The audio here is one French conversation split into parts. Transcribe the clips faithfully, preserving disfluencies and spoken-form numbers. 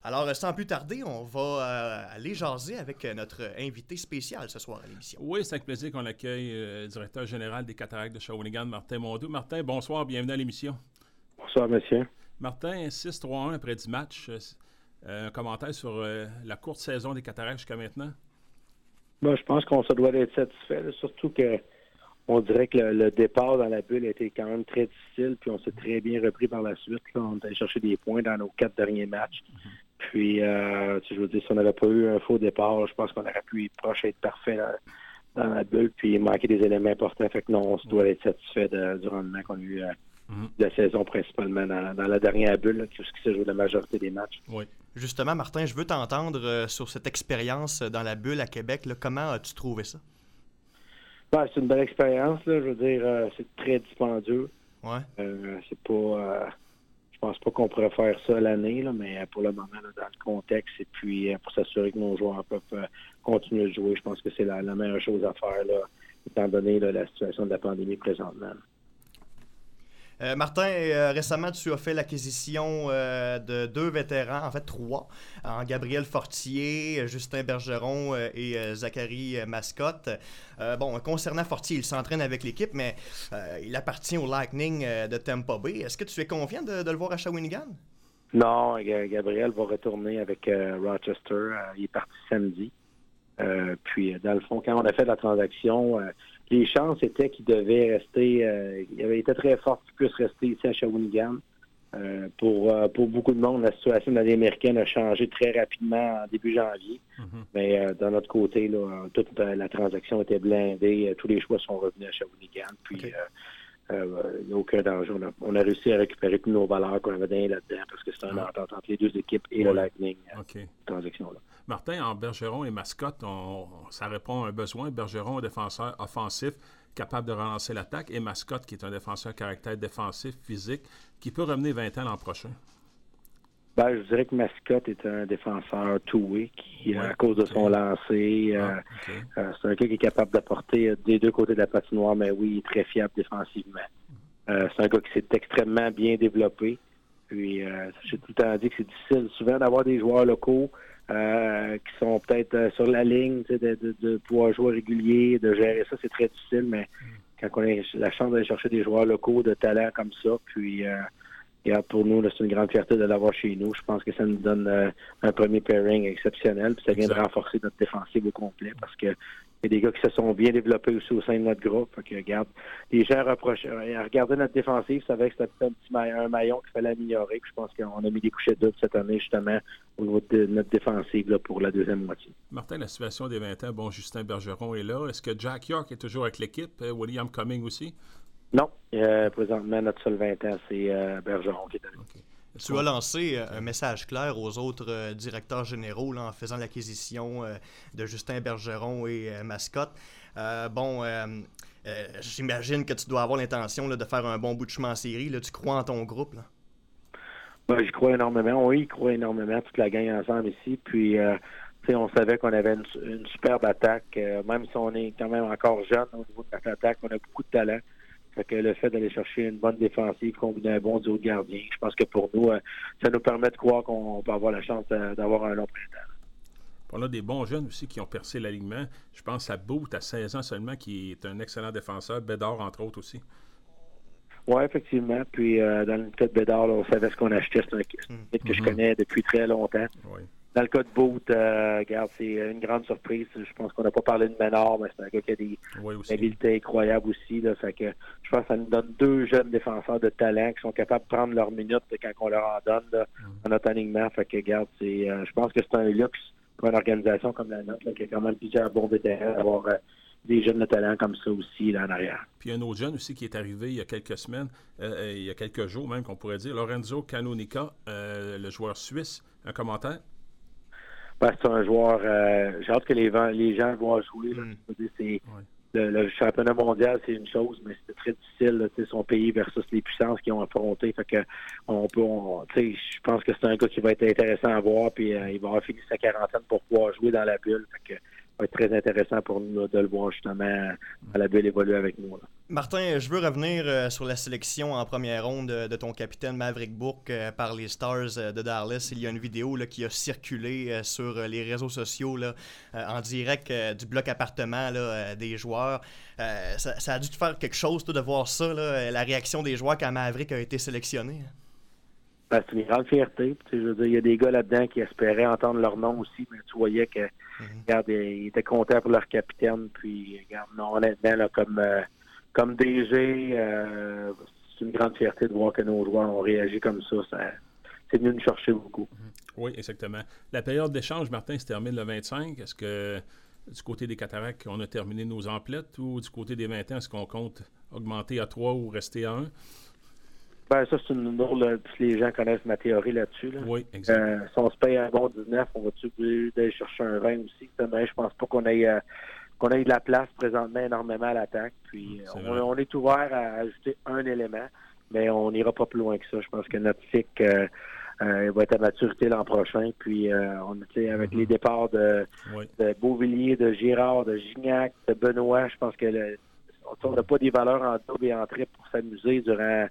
Alors, sans plus tarder, on va euh, aller jaser avec notre invité spécial ce soir à l'émission. Oui, c'est avec plaisir qu'on accueille euh, le directeur général des Cataractes de Shawinigan, Martin Mondeau. Martin, bonsoir, bienvenue à l'émission. Bonsoir, monsieur. Martin, six trois un après dix matchs. Euh, un commentaire sur euh, la courte saison des Cataractes jusqu'à maintenant? Bon, je pense qu'on se doit être satisfait, là, surtout que on dirait que le, le départ dans la bulle a été quand même très difficile, puis on s'est très bien repris par la suite. Là. On est allé chercher des points dans nos quatre derniers matchs. Mm-hmm. Puis, euh, je veux dire, si on n'avait pas eu un faux départ, je pense qu'on aurait pu y proche être parfait là, dans la bulle, puis manquer des éléments importants. Fait que non, on se doit être satisfait de, du rendement qu'on a eu euh, mm-hmm. de la saison, principalement dans, dans la dernière bulle, là, tout ce qui s'est joué la majorité des matchs. Oui. Justement, Martin, je veux t'entendre euh, sur cette expérience dans la bulle à Québec. Là. Comment as-tu trouvé ça? Ben, c'est une belle expérience. Là. Je veux dire, euh, c'est très dispendieux. Ouais. Euh, c'est pas... Euh, je pense pas qu'on pourrait faire ça l'année, là, mais pour le moment, là, dans le contexte, et puis euh, pour s'assurer que nos joueurs peuvent euh, continuer de jouer, je pense que c'est la, la meilleure chose à faire, là, étant donné là, la situation de la pandémie présentement. Euh, Martin, euh, récemment, tu as fait l'acquisition euh, de deux vétérans, en fait trois, en Gabriel Fortier, Justin Bergeron euh, et euh, Zachary Mascotte. Euh, bon, concernant Fortier, il s'entraîne avec l'équipe, mais euh, il appartient au Lightning euh, de Tampa Bay. Est-ce que tu es confiant de, de le voir à Shawinigan? Non, Gabriel va retourner avec euh, Rochester. Euh, il est parti samedi. Euh, puis, dans le fond, quand on a fait la transaction, euh, les chances étaient qu'il devait rester, euh, il avait été très fort qu'il puisse rester ici à Shawinigan. Euh, pour, euh, pour beaucoup de monde, la situation de l'année américaine a changé très rapidement en début janvier. Mm-hmm. Mais euh, d'un autre côté, là, toute euh, la transaction était blindée. Tous les choix sont revenus à Shawinigan. Puis, okay. euh, euh, il n'y a aucun danger. On a, on a réussi à récupérer toutes nos valeurs qu'on avait données là-dedans parce que c'est un ah. entente entre les deux équipes et ouais. le Lightning, euh, okay. cette transaction-là. Martin, en Bergeron et Mascotte, on, ça répond à un besoin. Bergeron, un défenseur offensif, capable de relancer l'attaque, et Mascotte, qui est un défenseur caractère défensif, physique, qui peut revenir vingt ans l'an prochain. Ben, je dirais que Mascotte est un défenseur two-way, qui, ouais, à cause de okay. son lancer, ah, euh, okay. euh, c'est un gars qui est capable d'apporter des deux côtés de la patinoire, mais oui, il est très fiable défensivement. Euh, c'est un gars qui s'est extrêmement bien développé. Puis, euh, j'ai tout le temps dit que c'est difficile souvent d'avoir des joueurs locaux Euh, qui sont peut-être euh, sur la ligne, de, de, de pouvoir jouer régulier, de gérer ça, c'est très difficile, mais mm. quand on a la chance d'aller chercher des joueurs locaux de talent comme ça, puis euh, regarde, pour nous, là, c'est une grande fierté de l'avoir chez nous. Je pense que ça nous donne euh, un premier pairing exceptionnel, puis ça vient exact. de renforcer notre défensive au complet, parce que il y a des gars qui se sont bien développés aussi au sein de notre groupe. Fait que, regarde, les gens reprochaient, à regarder notre défensive, savaient que c'était un petit maillon, un maillon qu'il fallait améliorer. Puis je pense qu'on a mis des couchets doubles cette année, justement, au niveau de notre défensive là, pour la deuxième moitié. Martin, la situation des vingt ans, bon, Justin Bergeron est là. Est-ce que Jack York est toujours avec l'équipe? William Cumming aussi? Non. Euh, présentement, notre seul vingt ans, c'est euh, Bergeron qui est avec. Okay. Tu as lancé un message clair aux autres euh, directeurs généraux là, en faisant l'acquisition euh, de Justin Bergeron et euh, Mascotte. Euh, bon, euh, euh, j'imagine que tu dois avoir l'intention là, de faire un bon bout de chemin en série. Là. Tu crois en ton groupe? Là? Ben, j'y crois énormément. Oui, j'y crois énormément. Toute la gang ensemble ici. Puis, euh, on savait qu'on avait une, une superbe attaque. Euh, même si on est quand même encore jeune au niveau de notre attaque, on a beaucoup de talent. Fait que le fait d'aller chercher une bonne défensive combiné un bon duo de gardien, je pense que pour nous, euh, ça nous permet de croire qu'on peut avoir la chance euh, d'avoir un long printemps. On a des bons jeunes aussi qui ont percé l'alignement. Je pense à Boot, à seize ans seulement, qui est un excellent défenseur. Bédard, entre autres, aussi. Oui, effectivement. Puis, euh, dans le cas de Bédard, là, on savait ce qu'on achetait. C'est un kit mm-hmm. que je connais depuis très longtemps. Oui. Dans le cas de Boot, euh, regarde, c'est une grande surprise. Je pense qu'on n'a pas parlé de Ménard, mais c'est un gars qui a des oui, habiletés incroyables aussi. Là, fait que je pense que ça nous donne deux jeunes défenseurs de talent qui sont capables de prendre leurs minutes quand on leur en donne là, mm. dans notre alignement. Fait que, regarde, c'est, euh, je pense que c'est un luxe pour une organisation comme la nôtre, là, qui a quand même plusieurs bons vétérans, d'avoir euh, des jeunes de talent comme ça aussi là, en arrière. Puis un autre jeune aussi qui est arrivé il y a quelques semaines, euh, il y a quelques jours même, qu'on pourrait dire, Lorenzo Canonica, euh, le joueur suisse. Un commentaire? Ben, c'est un joueur, euh, j'ai hâte que les, les gens voient jouer. Là. Mm. C'est, ouais. le, le championnat mondial, c'est une chose, mais c'est très difficile, là, son pays versus les puissances qui ont affronté. Fait que on peut, on, je pense que c'est un gars qui va être intéressant à voir, puis euh, il va avoir fini sa quarantaine pour pouvoir jouer dans la bulle. Fait que va être très intéressant pour nous là, de le voir justement à la bulle évoluer avec nous. Là. Martin, je veux revenir euh, sur la sélection en première ronde de, de ton capitaine Maverick Bourque euh, par les Stars euh, de Dallas. Il y a une vidéo là, qui a circulé euh, sur euh, les réseaux sociaux là, euh, en direct euh, du bloc appartement là, euh, des joueurs. Euh, ça, ça a dû te faire quelque chose toi, de voir ça, là, la réaction des joueurs quand Maverick a été sélectionné. Ben, c'est une grande fierté. Je veux dire, il y a des gars là-dedans qui espéraient entendre leur nom aussi, mais tu voyais que mm-hmm. regarde, ils étaient contents pour leur capitaine. Puis, regarde, non, honnêtement, là, comme, euh, comme D G, euh, c'est une grande fierté de voir que nos joueurs ont réagi comme ça. ça c'est venu nous chercher beaucoup. Mm-hmm. Oui, exactement. La période d'échange, Martin, se termine le vingt-cinq. Est-ce que du côté des Cataractes, on a terminé nos emplettes ou du côté des vingt ans, est-ce qu'on compte augmenter à trois ou rester à un? Ben, ça, c'est une drôle. Les gens connaissent ma théorie là-dessus. Là. Oui, exactement. Euh, si on se paye un bon dix-neuf, on va-tu obligé d'aller chercher un vingt aussi? Mais je pense pas qu'on ait, euh, qu'on ait de la place présentement énormément à l'attaque. Puis on, on est ouvert à ajouter un élément, mais on n'ira pas plus loin que ça. Je pense que notre cycle euh, euh, va être à maturité l'an prochain. Puis euh, on, avec mm-hmm. les départs de, oui. de Beauvillier, de Girard, de Gignac, de Benoît, je pense que le, on n'a pas des valeurs en double et en triple pour s'amuser durant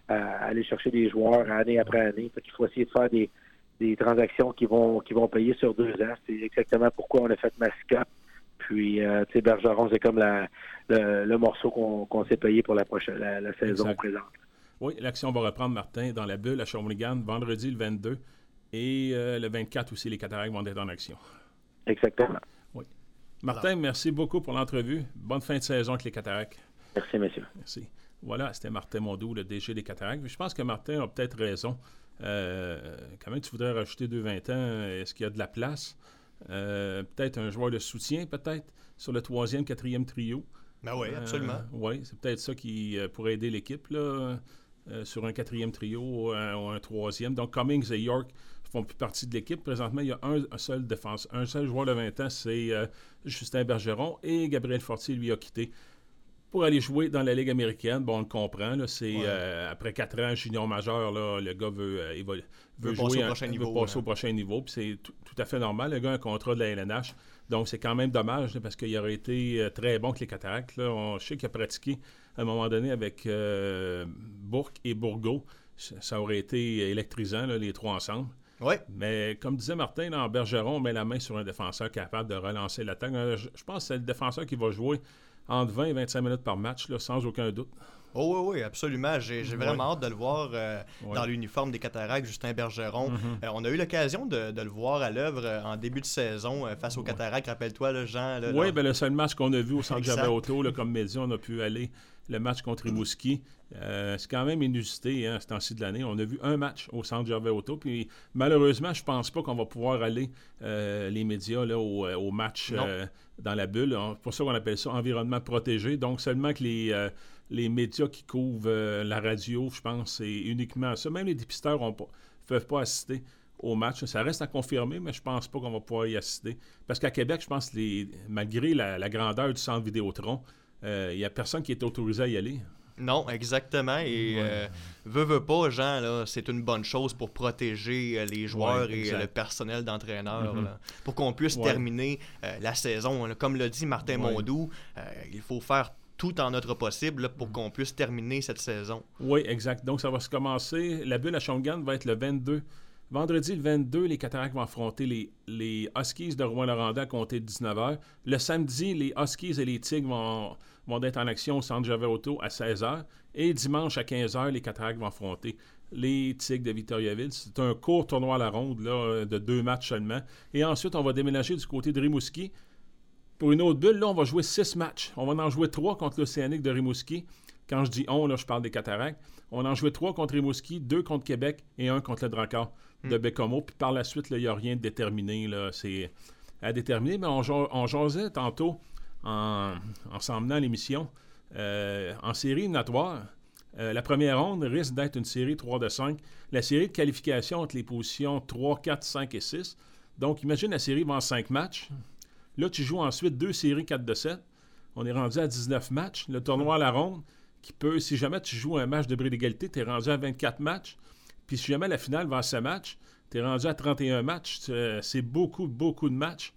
à aller chercher des joueurs année après année. Fait qu'il faut essayer de faire des, des transactions qui vont qui vont payer sur deux ans. C'est exactement pourquoi on a fait Mascotte. Puis, euh, tu sais, Bergeron, c'est comme la, le, le morceau qu'on, qu'on s'est payé pour la prochaine la, la saison exact. Présente. Oui, l'action va reprendre, Martin, dans la bulle à Shawinigan, vendredi le vingt-deux. Et euh, le vingt-quatre aussi, les Cataractes vont être en action. Exactement. Oui. Martin, alors, merci beaucoup pour l'entrevue. Bonne fin de saison avec les Cataractes. Merci, messieurs. Merci. Voilà, c'était Martin Mondou, le D G des Cataractes. Je pense que Martin a peut-être raison. Euh, quand même, tu voudrais rajouter deux vingt ans, est-ce qu'il y a de la place? Euh, peut-être un joueur de soutien, peut-être, sur le troisième, quatrième trio. Ben oui, absolument. Euh, oui, c'est peut-être ça qui euh, pourrait aider l'équipe, là, euh, sur un quatrième trio ou un, ou un troisième. Donc, Cummings et York font plus partie de l'équipe. Présentement, il y a un, un seul défense, un seul joueur de vingt ans, c'est euh, Justin Bergeron, et Gabriel Fortier, lui, a quitté pour aller jouer dans la Ligue américaine. Bon, on le comprend, là, c'est ouais. euh, après quatre ans junior majeur, là, le gars veut, euh, il va, veut, veut jouer, passer, au, un, prochain veut niveau, passer hein. au prochain niveau, puis c'est tout, tout à fait normal. Le gars a un contrat de la L N H, donc c'est quand même dommage, là, parce qu'il aurait été euh, très bon que les Cataractes. Là. On, je sais qu'il a pratiqué à un moment donné avec euh, Bourque et Bourgault. Ça aurait été électrisant, là, les trois ensemble. Oui. Mais comme disait Martin, là, en Bergeron, on met la main sur un défenseur capable de relancer l'attaque. Je, je pense que c'est le défenseur qui va jouer entre vingt et vingt-cinq minutes par match, là, sans aucun doute. Oh oui, oui, absolument. J'ai, j'ai vraiment ouais. hâte de le voir euh, ouais. dans l'uniforme des Cataractes, Justin Bergeron. Mm-hmm. Euh, on a eu l'occasion de, de le voir à l'œuvre euh, en début de saison euh, face aux ouais. Cataractes. Rappelle-toi, là, Jean. Là, oui, ben, le seul match qu'on a vu au Centre Gervais-Auto, comme média, on a pu aller le match contre Rimouski. Euh, c'est quand même inusité, hein, ce temps-ci de l'année. On a vu un match au Centre Gervais-Auto. Puis malheureusement, je pense pas qu'on va pouvoir aller, euh, les médias, là, au, au match euh, dans la bulle. C'est pour ça qu'on appelle ça environnement protégé. Donc seulement que les, euh, les médias qui couvrent euh, la radio, je pense, c'est uniquement ça. Même les dépisteurs ne peuvent pas assister au match. Ça reste à confirmer, mais je pense pas qu'on va pouvoir y assister. Parce qu'à Québec, je pense que les, malgré la, la grandeur du centre Vidéotron, il euh, n'y a personne qui est autorisé à y aller. Non, exactement. Et ouais. euh, veut, veut pas, Jean, là, c'est une bonne chose pour protéger euh, les joueurs ouais, et euh, le personnel d'entraîneur. Mm-hmm. Là, pour qu'on puisse ouais. terminer euh, la saison. Là. Comme l'a dit Martin ouais. Mondou, euh, il faut faire tout en notre possible là, pour qu'on puisse terminer cette saison. Oui, exact. Donc, ça va se commencer. La bulle à Shawinigan va être le vingt-deux. Vendredi, le vingt-deux, les Cataractes vont affronter les, les Huskies de Rouyn-Noranda à compter de dix-neuf heures. Le samedi, les Huskies et les Tigres vont, vont être en action au Centre Gervais-Auto à seize heures. Et dimanche, à quinze heures, les Cataractes vont affronter les Tigres de Victoriaville. C'est un court tournoi à la ronde là, de deux matchs seulement. Et ensuite, on va déménager du côté de Rimouski. Pour une autre bulle, là, on va jouer six matchs. On va en jouer trois contre l'Océanique de Rimouski. Quand je dis on, là, je parle des Cataractes. On va en jouer trois contre Rimouski, deux contre Québec et un contre le Drakkar de Bécomo. Puis par la suite, il n'y a rien de déterminé. Là, c'est à déterminer. Mais on, on jasait tantôt en, en s'en menant à l'émission. Euh, en série éliminatoire, euh, la première ronde risque d'être une série trois de cinq. La série de qualification entre les positions trois, quatre, cinq et six. Donc, imagine la série va en cinq matchs. Là, tu joues ensuite deux séries quatre de sept. On est rendu à dix-neuf matchs. Le tournoi à la ronde, qui peut, si jamais tu joues un match de bris d'égalité, tu es rendu à vingt-quatre matchs. Puis si jamais la finale va à sept matchs, tu es rendu à trente et un matchs. C'est beaucoup, beaucoup de matchs.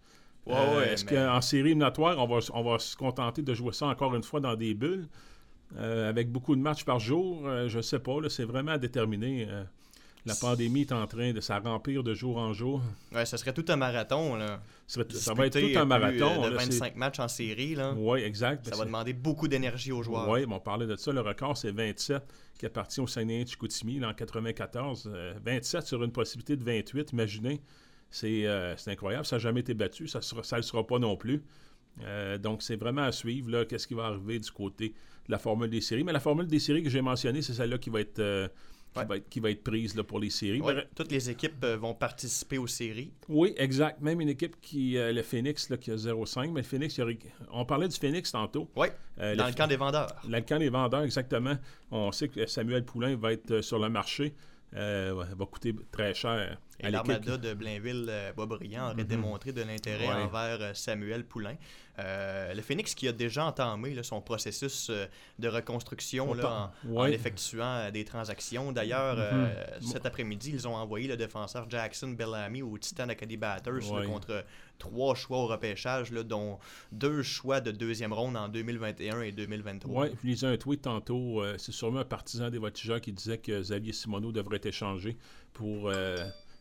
Ouais, euh, ouais, est-ce mais... qu'en série éliminatoire, on va, on va se contenter de jouer ça encore une fois dans des bulles, euh, avec beaucoup de matchs par jour? Euh, je ne sais pas. Là, c'est vraiment à déterminer. Euh, la pandémie est en train de s'arrampir de jour en jour. Ouais, ça serait tout un marathon, là. Ça, va, ça va être tout un marathon. De là, vingt-cinq c'est... matchs en série, là. Oui, exact. Ça ben, va c'est... demander beaucoup d'énergie aux joueurs. Oui, on parlait de ça. Le record, c'est vingt-sept qui appartient au Saguenay-Chicoutimi en quatre-vingt-quatorze. Euh, vingt-sept sur une possibilité de vingt-huit, imaginez. C'est, euh, c'est incroyable. Ça n'a jamais été battu. Ça ne le sera pas non plus. Euh, donc, c'est vraiment à suivre. Là, qu'est-ce qui va arriver du côté de la formule des séries. Mais la formule des séries que j'ai mentionnée, c'est celle-là qui va être... Euh, Qui, ouais. va être, qui va être prise là, pour les séries. Ouais, Mais... Toutes les équipes euh, vont participer aux séries. Oui, exact. Même une équipe qui, euh, le Phoenix, là, qui a zéro cinq, mais le Phoenix, il y a... on parlait du Phoenix tantôt. Oui, euh, dans le, le camp des vendeurs. Dans le camp des vendeurs, exactement. On sait que Samuel Poulain va être sur le marché. Euh, va coûter très cher. Et l'Armada de Blainville-Boisbriand aurait mm-hmm. démontré de l'intérêt ouais. envers Samuel Poulain. Euh, le Phoenix qui a déjà entamé là, son processus euh, de reconstruction là, en, ouais. en effectuant euh, des transactions. D'ailleurs, mm-hmm. euh, cet après-midi, ils ont envoyé le défenseur Jackson Bellamy au Titan Acadie Batters ouais. là, contre trois choix au repêchage, là, dont deux choix de deuxième ronde en deux mille vingt et un et deux mille vingt-trois. Oui, je lisais un tweet tantôt. Euh, c'est sûrement un partisan des Voltigeurs qui disait que Xavier Simoneau devrait être échangé pour... Euh,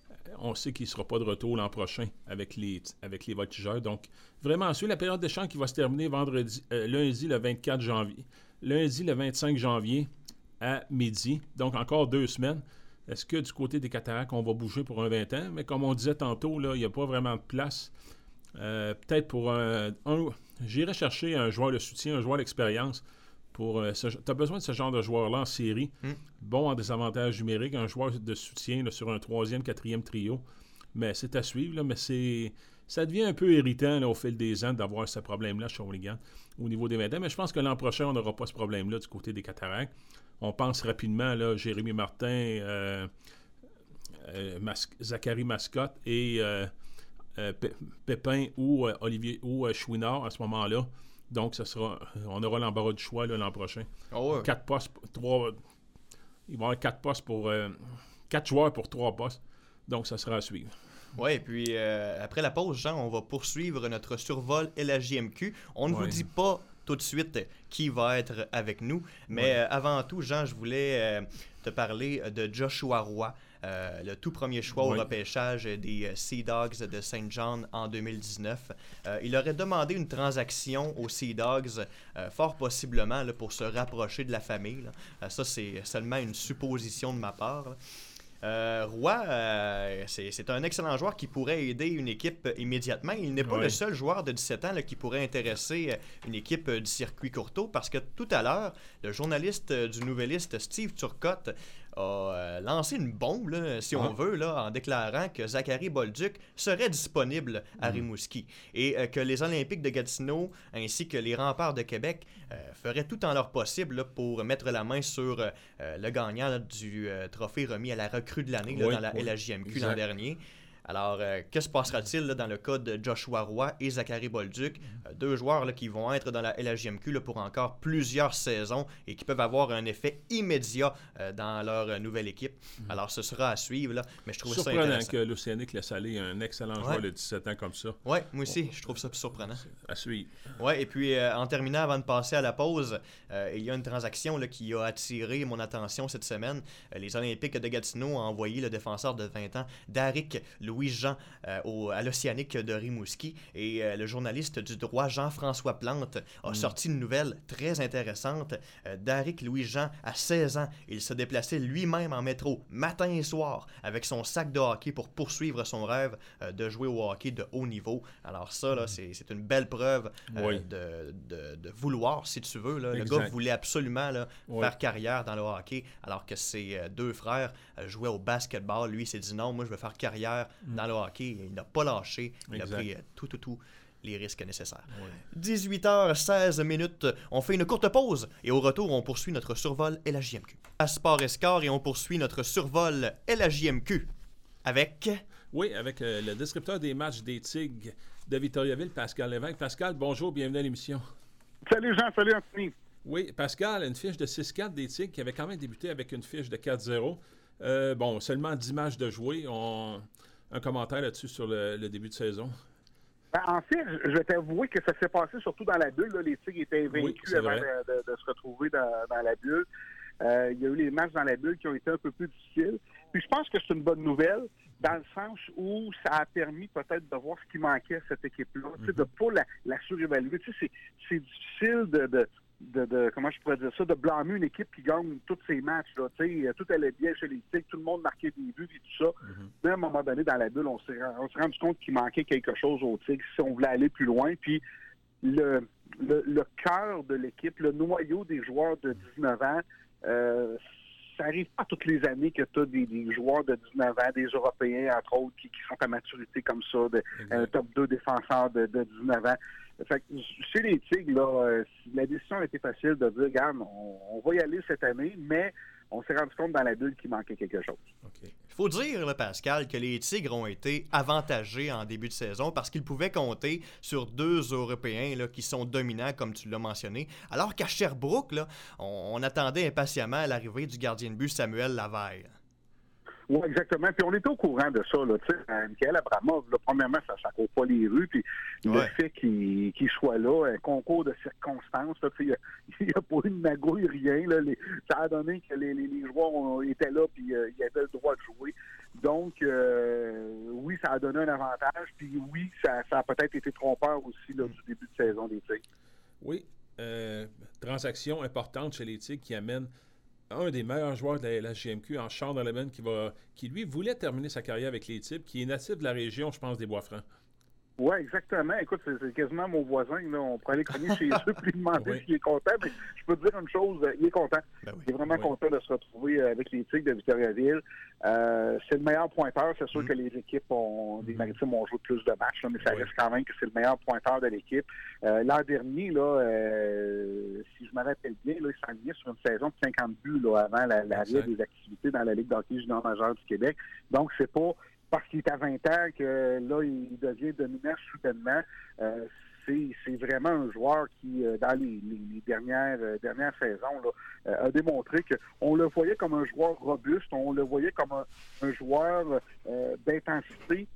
on sait qu'il ne sera pas de retour l'an prochain avec les, avec les Voltigeurs. Donc, vraiment, ensuite, la période d'échange qui va se terminer vendredi, euh, lundi le vingt-quatre janvier. Lundi le vingt-cinq janvier à midi. Donc, encore deux semaines. Est-ce que du côté des Cataractes, on va bouger pour un vingt ans? Mais comme on disait tantôt, là, il n'y a pas vraiment de place. Euh, peut-être pour un, un... J'irai chercher un joueur de soutien, un joueur d'expérience. Pour, euh, tu as besoin de ce genre de joueur-là en série, mm. bon en désavantage numérique, un joueur de soutien là, sur un troisième, quatrième trio. Mais c'est à suivre, là, mais c'est ça devient un peu irritant là, au fil des ans d'avoir ce problème-là chez Shawinigan au niveau des vingt ans. Mais je pense que l'an prochain, on n'aura pas ce problème-là du côté des Cataractes. On pense rapidement, là, Jérémy Martin, euh, euh, Mas- Zachary Mascotte et euh, euh, P- Pépin ou euh, Olivier ou euh, Chouinard à ce moment-là. Donc, ça sera, on aura l'embarras du choix là, l'an prochain. Oh ouais. Quatre postes, trois. Il va y avoir quatre postes pour. Euh, quatre joueurs pour trois postes. Donc, ça sera à suivre. Oui, et puis euh, après la pause, Jean, on va poursuivre notre survol L H J M Q. On ne ouais. vous dit pas tout de suite qui va être avec nous, mais ouais. euh, avant tout, Jean, je voulais euh, te parler de Joshua Roy. Euh, le tout premier choix oui. au repêchage des Sea Dogs de Saint John en deux mille dix-neuf. Euh, il aurait demandé une transaction aux Sea Dogs, euh, fort possiblement là, pour se rapprocher de la famille. Là. Euh, ça, c'est seulement une supposition de ma part. Là. Euh, Roy, euh, c'est, c'est un excellent joueur qui pourrait aider une équipe immédiatement. Il n'est pas oui. le seul joueur de dix-sept ans là, qui pourrait intéresser une équipe du circuit Courteau parce que tout à l'heure, le journaliste du Nouvelliste Steve Turcotte a euh, lancé une bombe, là, si ah. on veut, là, en déclarant que Zachary Bolduc serait disponible à mmh. Rimouski et euh, que les Olympiques de Gatineau ainsi que les Remparts de Québec euh, feraient tout en leur possible là, pour mettre la main sur euh, le gagnant là, du euh, trophée remis à la recrue de l'année là, oui, dans la oui. L H J M Q exact. L'an dernier. Alors, euh, que se passera-t-il là, dans le cas de Joshua Roy et Zachary Bolduc, euh, deux joueurs là, qui vont être dans la L H J M Q là, pour encore plusieurs saisons et qui peuvent avoir un effet immédiat euh, dans leur euh, nouvelle équipe. Mm-hmm. Alors, ce sera à suivre, là, mais je trouve ça intéressant. Surprenant que l'Océanique laisse aller un excellent ouais. joueur de dix-sept ans comme ça. Oui, moi aussi, bon. je trouve ça surprenant. À suivre. Oui, et puis euh, en terminant, avant de passer à la pause, euh, il y a une transaction là, qui a attiré mon attention cette semaine. Euh, les Olympiques de Gatineau ont envoyé le défenseur de vingt ans, Daric Louis-Jean, euh, Au, à l'Océanique de Rimouski et euh, le journaliste du droit Jean-François Plante a mm. sorti une nouvelle très intéressante. Euh, Daric Louis-Jean, à seize ans, il se déplaçait lui-même en métro matin et soir avec son sac de hockey pour poursuivre son rêve euh, de jouer au hockey de haut niveau. Alors ça, là, mm. c'est, c'est une belle preuve euh, oui. de, de, de vouloir, si tu veux. Là. Le gars voulait absolument là, oui. faire carrière dans le hockey alors que ses euh, deux frères euh, jouaient au basketball. Lui, il s'est dit non, moi je veux faire carrière mm. dans le hockey. Il n'a pas lâché. Il exact. a pris euh, tout, tout, tout les risques nécessaires. Ouais. dix-huit heures seize minutes. On fait une courte pause et au retour, on poursuit notre survol L H J M Q. À Sport Escar et on poursuit notre survol L H J M Q avec... Oui, avec euh, le descripteur des matchs des Tigres de Victoriaville, Pascal Lévesque. Pascal, bonjour, bienvenue à l'émission. Salut Jean, salut Anthony. Oui, Pascal, une fiche de six quatre des Tigres qui avait quand même débuté avec une fiche de quatre zéro. Euh, bon, seulement dix matchs de jouer. On... Un commentaire là-dessus sur le, le début de saison? En fait, je vais t'avouer que ça s'est passé surtout dans la bulle. Là. Les Tigres étaient vaincus oui, avant de, de, de se retrouver dans, dans la bulle. Euh, il y a eu les matchs dans la bulle qui ont été un peu plus difficiles. Puis je pense que c'est une bonne nouvelle dans le sens où ça a permis peut-être de voir ce qui manquait à cette équipe-là, mm-hmm. de ne pas la, la surévaluer. Tu sais, c'est, c'est difficile de, de, de, de, comment je pourrais dire ça, de blâmer une équipe qui gagne tous ses matchs. Là. Tu sais, tout allait bien chez les Tigres, tout le monde marquait des buts et tout ça. Mm-hmm. Mais à un moment donné, dans la bulle, on s'est, on s'est rendu compte qu'il manquait quelque chose aux Tigres si on voulait aller plus loin. Puis le, le, le cœur de l'équipe, le noyau des joueurs de dix-neuf ans, euh, ça n'arrive pas toutes les années que tu as des, des joueurs de dix-neuf ans, des Européens, entre autres, qui, qui sont à maturité comme ça, de, un top deux défenseurs de, de dix-neuf ans. Fait que chez les Tigres, là, euh, la décision a été facile de dire, regarde, on, on va y aller cette année, mais on s'est rendu compte dans la bulle qu'il manquait quelque chose. Okay. Il faut dire, là, Pascal, que les Tigres ont été avantagés en début de saison parce qu'ils pouvaient compter sur deux Européens là, qui sont dominants, comme tu l'as mentionné, alors qu'à Sherbrooke, là, on, on attendait impatiemment l'arrivée du gardien de but Samuel Lavaille. Oui, exactement. Puis on était au courant de ça. Là, euh, Michael Abramov, là, premièrement, ça ne court pas les rues. Puis ouais. le fait qu'il, qu'il soit là, un concours de circonstances, il n'y a, a pas eu de magouille, rien. Là, les, ça a donné que les, les, les joueurs ont, étaient là puis euh, ils avaient le droit de jouer. Donc, euh, oui, ça a donné un avantage. Puis oui, ça, ça a peut-être été trompeur aussi là, du début de saison des Tigres. Oui. Euh, transaction importante chez les Tigres qui amène un des meilleurs joueurs de la, la G M Q en Sean Donovan qui, va, qui, lui, voulait terminer sa carrière avec les Tigres, qui est natif de la région, je pense, des Bois-Francs. Oui, exactement. Écoute, c'est, c'est quasiment mon voisin. Là. On pourrait aller cogner chez eux et lui demander oui. s'il est content. Mais je peux te dire une chose, il est content. Ben oui. Il est vraiment oui. content de se retrouver avec les Tigres de Victoriaville. Euh, c'est le meilleur pointeur. C'est sûr mm. que les équipes ont, des Maritimes ont joué plus de matchs, là, mais ça oui. reste quand même que c'est le meilleur pointeur de l'équipe. Euh, l'an dernier, là, euh, si je me rappelle bien, là, il s'enlignait sur une saison de cinquante buts là, avant la, l'arrêt des activités dans la Ligue d'hockey junior majeur du Québec. Donc, c'est pas parce qu'il est à vingt ans que là, il devient dominant soudainement. Euh, c'est, c'est vraiment un joueur qui, euh, dans les, les, les dernières, euh, dernières saisons, là, euh, a démontré qu'on le voyait comme un joueur robuste, on le voyait comme un, un joueur euh, d'intensité.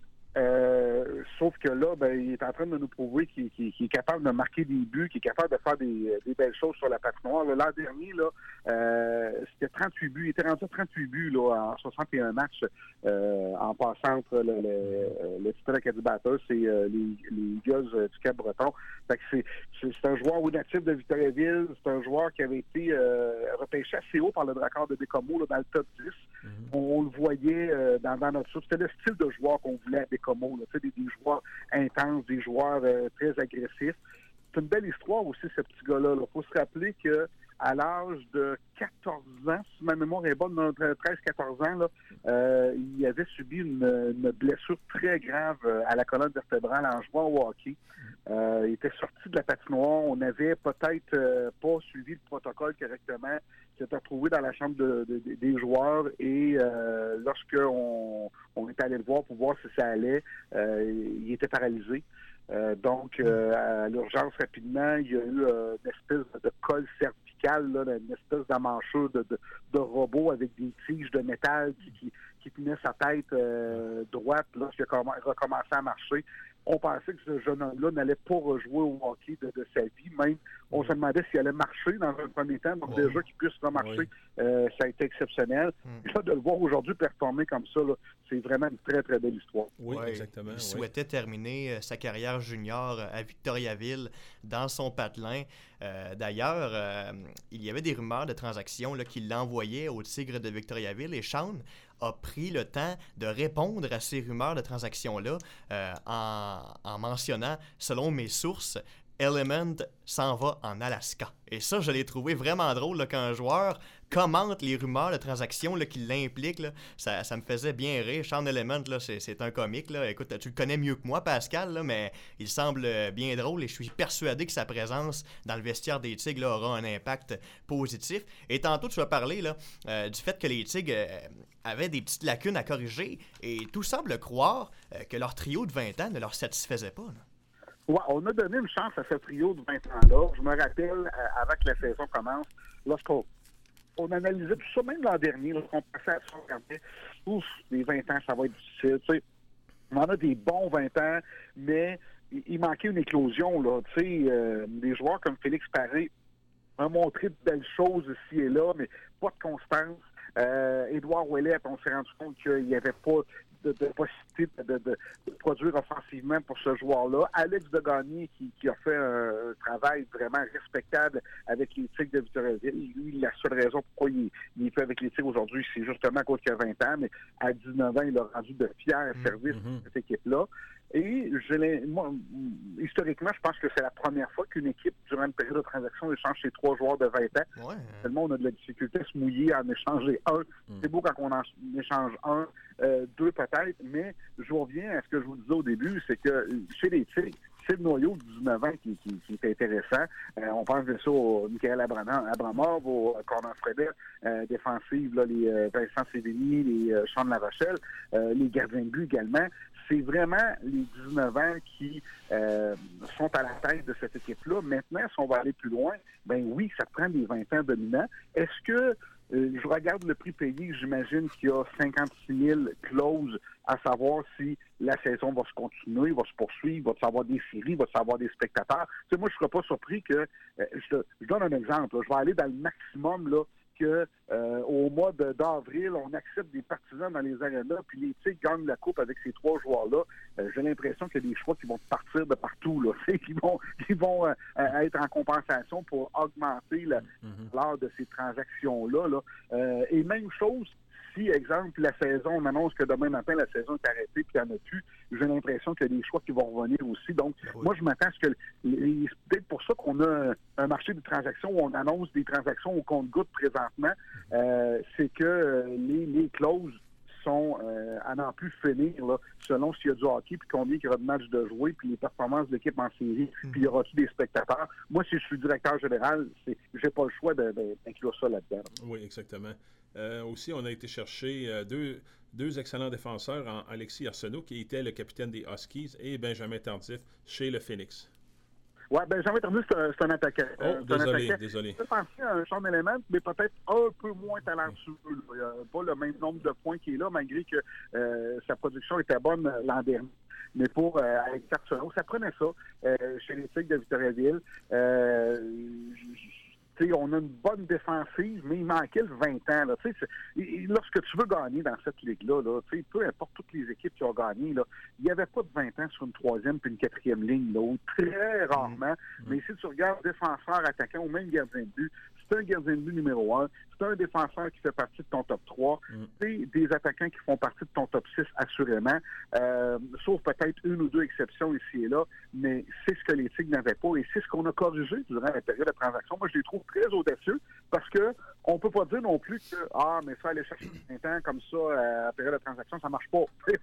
Euh, sauf que là, ben, il est en train de nous prouver qu'il, qu'il, qu'il est capable de marquer des buts, qu'il est capable de faire des, des belles choses sur la patinoire. Là, l'an dernier, là, euh, c'était trente-huit buts. Il était rendu à trente-huit buts là, en soixante et un matchs euh, en passant entre le, le, le titre Acadie Batters et euh, les, les Eagles euh, du Cap-Breton. Fait que c'est, c'est, c'est un joueur oui, natif de Victoriaville. C'est un joueur qui avait été euh, repêché assez haut par le Drakkar de Bécomo là, dans le top dix. Mm-hmm. On, on le voyait euh, dans, dans notre soupe. C'était le style de joueur qu'on voulait à Bécomo. Là, des, des joueurs intenses, des joueurs euh, très agressifs. C'est une belle histoire aussi, ce petit gars-là. Il faut se rappeler que à l'âge de quatorze ans, si ma mémoire est bonne, treize quatorze ans, là, euh, il avait subi une, une blessure très grave à la colonne vertébrale en jouant au hockey. Euh, il était sorti de la patinoire. On n'avait peut-être euh, pas suivi le protocole correctement. Il s'était retrouvé dans la chambre de, de, de, des joueurs et euh, lorsqu'on on est allé le voir pour voir si ça allait, euh, il était paralysé. Euh, donc, euh, à l'urgence, rapidement, il y a eu euh, une espèce de colle cervicale, là, une espèce d'amanchure de, de, de robot avec des tiges de métal qui, qui, qui tenaient sa tête euh, droite lorsqu'il a recommencé à marcher. On pensait que ce jeune homme-là n'allait pas rejouer au hockey de, de sa vie. Même, on se demandait s'il allait marcher dans un premier temps. Donc, oh. déjà qu'il puisse remarcher, oui. euh, ça a été exceptionnel. Mm. Là, de le voir aujourd'hui performer comme ça, là, c'est vraiment une très, très belle histoire. Oui, ouais, exactement. Il oui. souhaitait terminer euh, sa carrière junior à Victoriaville dans son patelin. Euh, d'ailleurs, euh, il y avait des rumeurs de transactions là, qui l'envoyaient au Tigre de Victoriaville. Et Sean a pris le temps de répondre à ces rumeurs de transactions-là euh, en, en mentionnant, selon mes sources, Element s'en va en Alaska. Et ça, je l'ai trouvé vraiment drôle là, quand un joueur commente les rumeurs de transactions là, qui l'impliquent. Là. Ça, ça me faisait bien rire. Sean Element, là, c'est, c'est un comique. Là. Écoute, tu le connais mieux que moi, Pascal, là, mais il semble bien drôle et je suis persuadé que sa présence dans le vestiaire des Tigres là, aura un impact positif. Et tantôt, tu as parlé là, euh, du fait que les Tigres euh, avaient des petites lacunes à corriger et tout semble croire euh, que leur trio de vingt ans ne leur satisfaisait pas. Là. Ouais, on a donné une chance à ce trio de vingt ans-là. Je me rappelle, euh, avant que la saison commence, lorsqu'on on analysait tout ça, même l'an dernier, lorsqu'on passait à se regarder, ouf, les vingt ans, ça va être difficile. Tu sais, on en a des bons vingt ans, mais il, il manquait une éclosion, là. Tu sais, euh, des joueurs comme Félix Paré ont montré de belles choses ici et là, mais pas de constance. Euh, Édouard Ouellet, on s'est rendu compte qu'il n'y avait pas de, de possibilité de, de, de produire offensivement pour ce joueur-là. Alex Degagné, qui, qui a fait un, un travail vraiment respectable avec les Tigres de Victoriaville. Lui, la seule raison pourquoi il, il est fait avec les Tigres aujourd'hui, c'est justement à cause qu'il a vingt ans, mais à dix-neuf ans, il a rendu de fiers services mm-hmm. à cette équipe-là. Et je l'ai, moi, historiquement, je pense que c'est la première fois qu'une équipe, durant une période de transaction, échange ses trois joueurs de vingt ans. Ouais. Tellement on a de la difficulté à se mouiller à en échanger un. Mm. C'est beau quand on en échange un, euh, deux peut-être, mais je reviens à ce que je vous disais au début, c'est que chez les Tigres, c'est le noyau de dix-neuf ans qui, qui, qui est intéressant. Euh, on pense bien sûr au Michael Abramov, au Corner Fredette, euh, défensive, là, les euh, Vincent Sévigny, les euh, Sean Larochelle, euh, les gardiens de but également. C'est vraiment les dix-neuf ans qui euh, sont à la tête de cette équipe-là. Maintenant, si on va aller plus loin, ben oui, ça prend des vingt ans dominants. Est-ce que, euh, je regarde le prix payé, j'imagine qu'il y a cinquante-six mille clauses à savoir si la saison va se continuer, va se poursuivre, va y avoir des séries, va y avoir des spectateurs. Tu sais, moi, je ne serais pas surpris que, euh, je, je donne un exemple, là, je vais aller dans le maximum, là, que euh, au mois de, d'avril, on accepte des partisans dans les arénas, puis les Tigres gagnent la coupe avec ces trois joueurs-là. Euh, j'ai l'impression qu'il y a des choix qui vont partir de partout, là, qui vont, qui vont euh, être en compensation pour augmenter la mm-hmm. l'heure de ces transactions-là. Là. Euh, et même chose, si, exemple, la saison, on annonce que demain matin, la saison est arrêtée puis il n'y en a plus, j'ai l'impression qu'il y a des choix qui vont revenir aussi. Donc, oui. moi, je m'attends à ce que... C'est peut-être pour ça qu'on a un, un marché de transactions où on annonce des transactions au compte-gouttes présentement. Euh, c'est que euh, les, les clauses sont euh, à n'en plus finir, là, selon s'il y a du hockey, puis combien il y aura de matchs de jouer, puis les performances de l'équipe en série, mm-hmm. puis il y aura-t-il des spectateurs. Moi, si je suis directeur général, c'est, j'ai pas le choix de, de, d'inclure ça là-dedans. Oui, exactement. Euh, aussi, on a été chercher euh, deux, deux excellents défenseurs, en Alexis Arsenault, qui était le capitaine des Huskies, et Benjamin Tardif chez le Phoenix. Oui, Benjamin Tardif, c'est un, c'est un attaquant. Oh, euh, désolé, un attaquant. désolé. Je pensais à un champ d'éléments, mais peut-être un peu moins talentueux. Il n'y a pas le même nombre de points qu'il est là, malgré que euh, sa production était bonne l'an dernier. Mais pour euh, Alexis Arsenault, ça prenait ça euh, chez les Tigres de Victoriaville. Euh, on a une bonne défensive, mais il manquait le vingt ans. Là. Et, et lorsque tu veux gagner dans cette ligue-là, là, peu importe toutes les équipes qui ont gagné, là, il n'y avait pas de vingt ans sur une troisième puis une quatrième ligne. Là, très rarement. Mmh. Mais si tu regardes défenseur, attaquant ou même gardien de but, c'est un gardien de but numéro un, c'est un défenseur qui fait partie de ton top trois, mmh. c'est des attaquants qui font partie de ton top six, assurément, euh, sauf peut-être une ou deux exceptions ici et là, mais c'est ce que les Tigres n'avaient pas et c'est ce qu'on a corrigé durant la période de transaction. Moi, je les trouve très audacieux parce que on peut pas dire non plus que ah, mais ça, aller chercher vingt ans comme ça à la période de transaction, ça marche pas.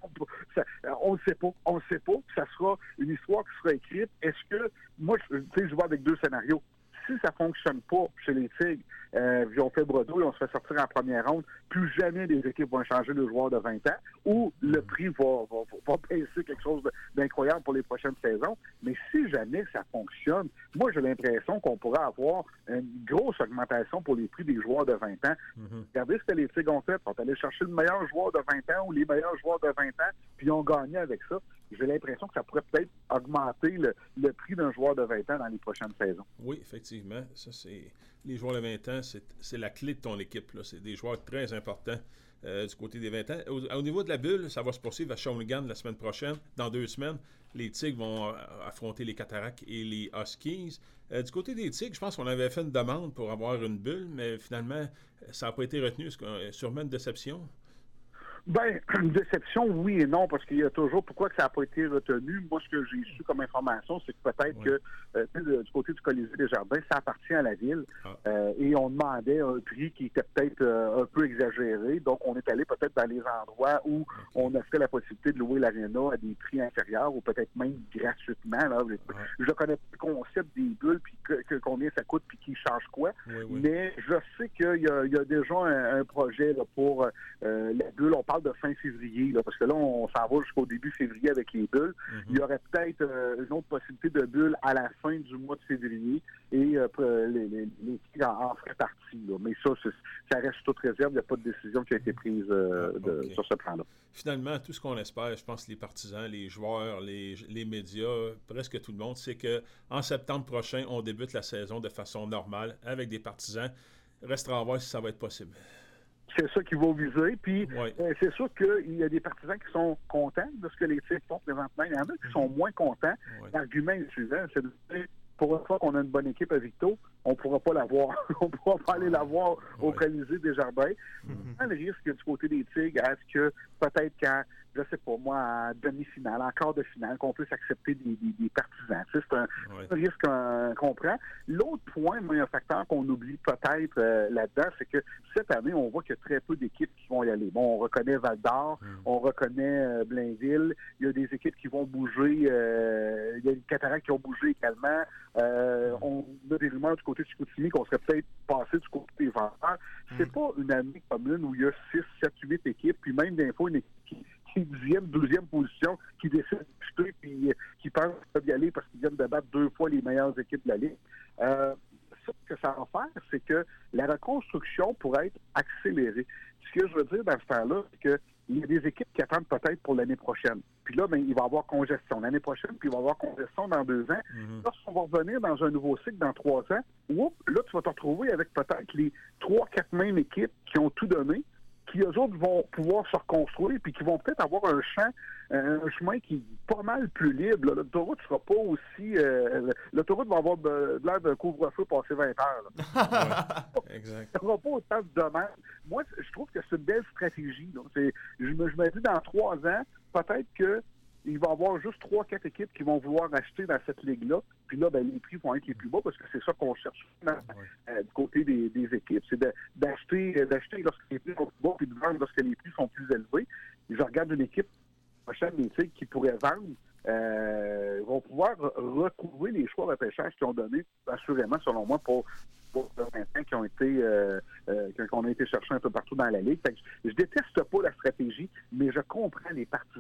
On ne sait pas. On ne sait pas. Ça sera une histoire qui sera écrite. Est-ce que, moi, tu sais, je vois avec deux scénarios. Si ça ne fonctionne pas chez les Tigres, euh, ils ont fait bredouille, on se fait sortir en première ronde, plus jamais les équipes vont échanger le joueur de vingt ans, ou le prix va, va, va baisser quelque chose d'incroyable pour les prochaines saisons. Mais si jamais ça fonctionne, moi j'ai l'impression qu'on pourrait avoir une grosse augmentation pour les prix des joueurs de vingt ans. Mm-hmm. Regardez ce que les Tigres ont fait. Ils sont allés chercher le meilleur joueur de vingt ans ou les meilleurs joueurs de vingt ans, puis ils ont gagné avec ça. J'ai l'impression que ça pourrait peut-être augmenter le, le prix d'un joueur de vingt ans dans les prochaines saisons. Oui, effectivement. Ça, c'est... Les joueurs de vingt ans, c'est, c'est la clé de ton équipe. Là. C'est des joueurs très importants euh, du côté des vingt ans. Au, au niveau de la bulle, ça va se poursuivre à Shawinigan la semaine prochaine. Dans deux semaines, les Tigres vont affronter les Cataractes et les Huskies. Euh, du côté des Tigres, je pense qu'on avait fait une demande pour avoir une bulle, mais finalement, ça n'a pas été retenu. Est-ce sûrement une déception? Ben, une déception, oui et non, parce qu'il y a toujours pourquoi que ça n'a pas été retenu. Moi, ce que j'ai su comme information, c'est que peut-être oui. que euh, du côté du Colisée des Jardins, ça appartient à la ville. Ah. Euh, et on demandait un prix qui était peut-être euh, un peu exagéré. Donc, on est allé peut-être dans les endroits où okay. on offrait la possibilité de louer l'aréna à des prix inférieurs ou peut-être même gratuitement. Là. Ah. Je ne connais pas le concept des bulles, puis que, que combien ça coûte, puis qui change quoi. Oui, oui. Mais je sais qu'il y a, il y a déjà un, un projet là, pour euh, la bulle. On parle parle de fin février, là, parce que là, on s'en va jusqu'au début février avec les bulles. Mm-hmm. Il y aurait peut-être euh, une autre possibilité de bulles à la fin du mois de février et euh, les, les, les Tigres en, en feraient partie. Là. Mais ça, ça reste toute réserve. Il n'y a pas de décision qui a été prise euh, de, okay. sur ce plan-là. Finalement, tout ce qu'on espère, je pense, les partisans, les joueurs, les, les médias, presque tout le monde, c'est qu'en septembre prochain, on débute la saison de façon normale avec des partisans. Restera à voir si ça va être possible. C'est ça qu'ils vont viser. Puis oui. euh, c'est sûr qu'il y a des partisans qui sont contents de ce que les Tigres font présentement. Il y en a qui mm-hmm. sont moins contents. Oui. L'argument est suivant, c'est de dire, pour une fois qu'on a une bonne équipe à Victo, on ne pourra pas la voir. on ne pourra pas aller la voir au oui. Colisée des Jardins. Mm-hmm. Le risque du côté des Tigres, est-ce que peut-être quand, je sais pas moi, en demi-finale, en quart de finale, qu'on puisse accepter des, des, des partisans. Tu sais, c'est un, oui. un risque qu'on, qu'on prend. L'autre point, moi, un facteur qu'on oublie peut-être euh, là-dedans, c'est que cette année, on voit qu'il y a très peu d'équipes qui vont y aller. Bon, on reconnaît Val-d'Or, mm. on reconnaît euh, Blainville, il y a des équipes qui vont bouger, euh, il y a des Cataractes qui ont bougé également. Euh, mm. On a des rumeurs du côté de Chicoutimi qu'on serait peut-être passé du côté des Vendeurs. Mm. C'est pas une année commune où il y a six, sept, huit équipes, puis même des fois une équipe qui dixième, deuxième position, qui décide de chuter puis qui pense y aller parce qu'ils viennent de battre deux fois les meilleures équipes de la Ligue. Euh, ce que ça va faire, c'est que la reconstruction pourrait être accélérée. Ce que je veux dire dans ce temps-là, c'est qu'il y a des équipes qui attendent peut-être pour l'année prochaine. Puis là, ben, il va y avoir congestion l'année prochaine, puis il va y avoir congestion dans deux ans. Mm-hmm. Lorsqu'on va revenir dans un nouveau cycle dans trois ans, oups, là, tu vas te retrouver avec peut-être les trois, quatre mêmes équipes qui ont tout donné, qui eux autres vont pouvoir se reconstruire puis qui vont peut-être avoir un champ, euh, un chemin qui est pas mal plus libre. Là. L'autoroute ne sera pas aussi... Euh, l'autoroute va avoir de, de l'air d'un couvre-feu passé vingt heures. Ouais, exact. Il n'y aura pas autant de demandes. Moi, je trouve que c'est une belle stratégie. Là. C'est, je, me, je me dis, dans trois ans, peut-être que il va y avoir juste trois, quatre équipes qui vont vouloir acheter dans cette ligue-là. Puis là, ben, les prix vont être les plus bas parce que c'est ça qu'on cherche dans, euh, du côté des, des équipes. C'est de, d'acheter, d'acheter lorsque les prix sont plus bas puis de vendre lorsque les prix sont plus élevés. Et je regarde une équipe prochaine des Tigres qui pourrait vendre, euh, vont pouvoir retrouver les choix de pêchage qu'ils ont donnés, assurément, selon moi, pour, pour vingt ans qui ont été euh, euh, qu'on a été chercher un peu partout dans la Ligue. Fait que je, je déteste pas la stratégie, mais je comprends les partisans.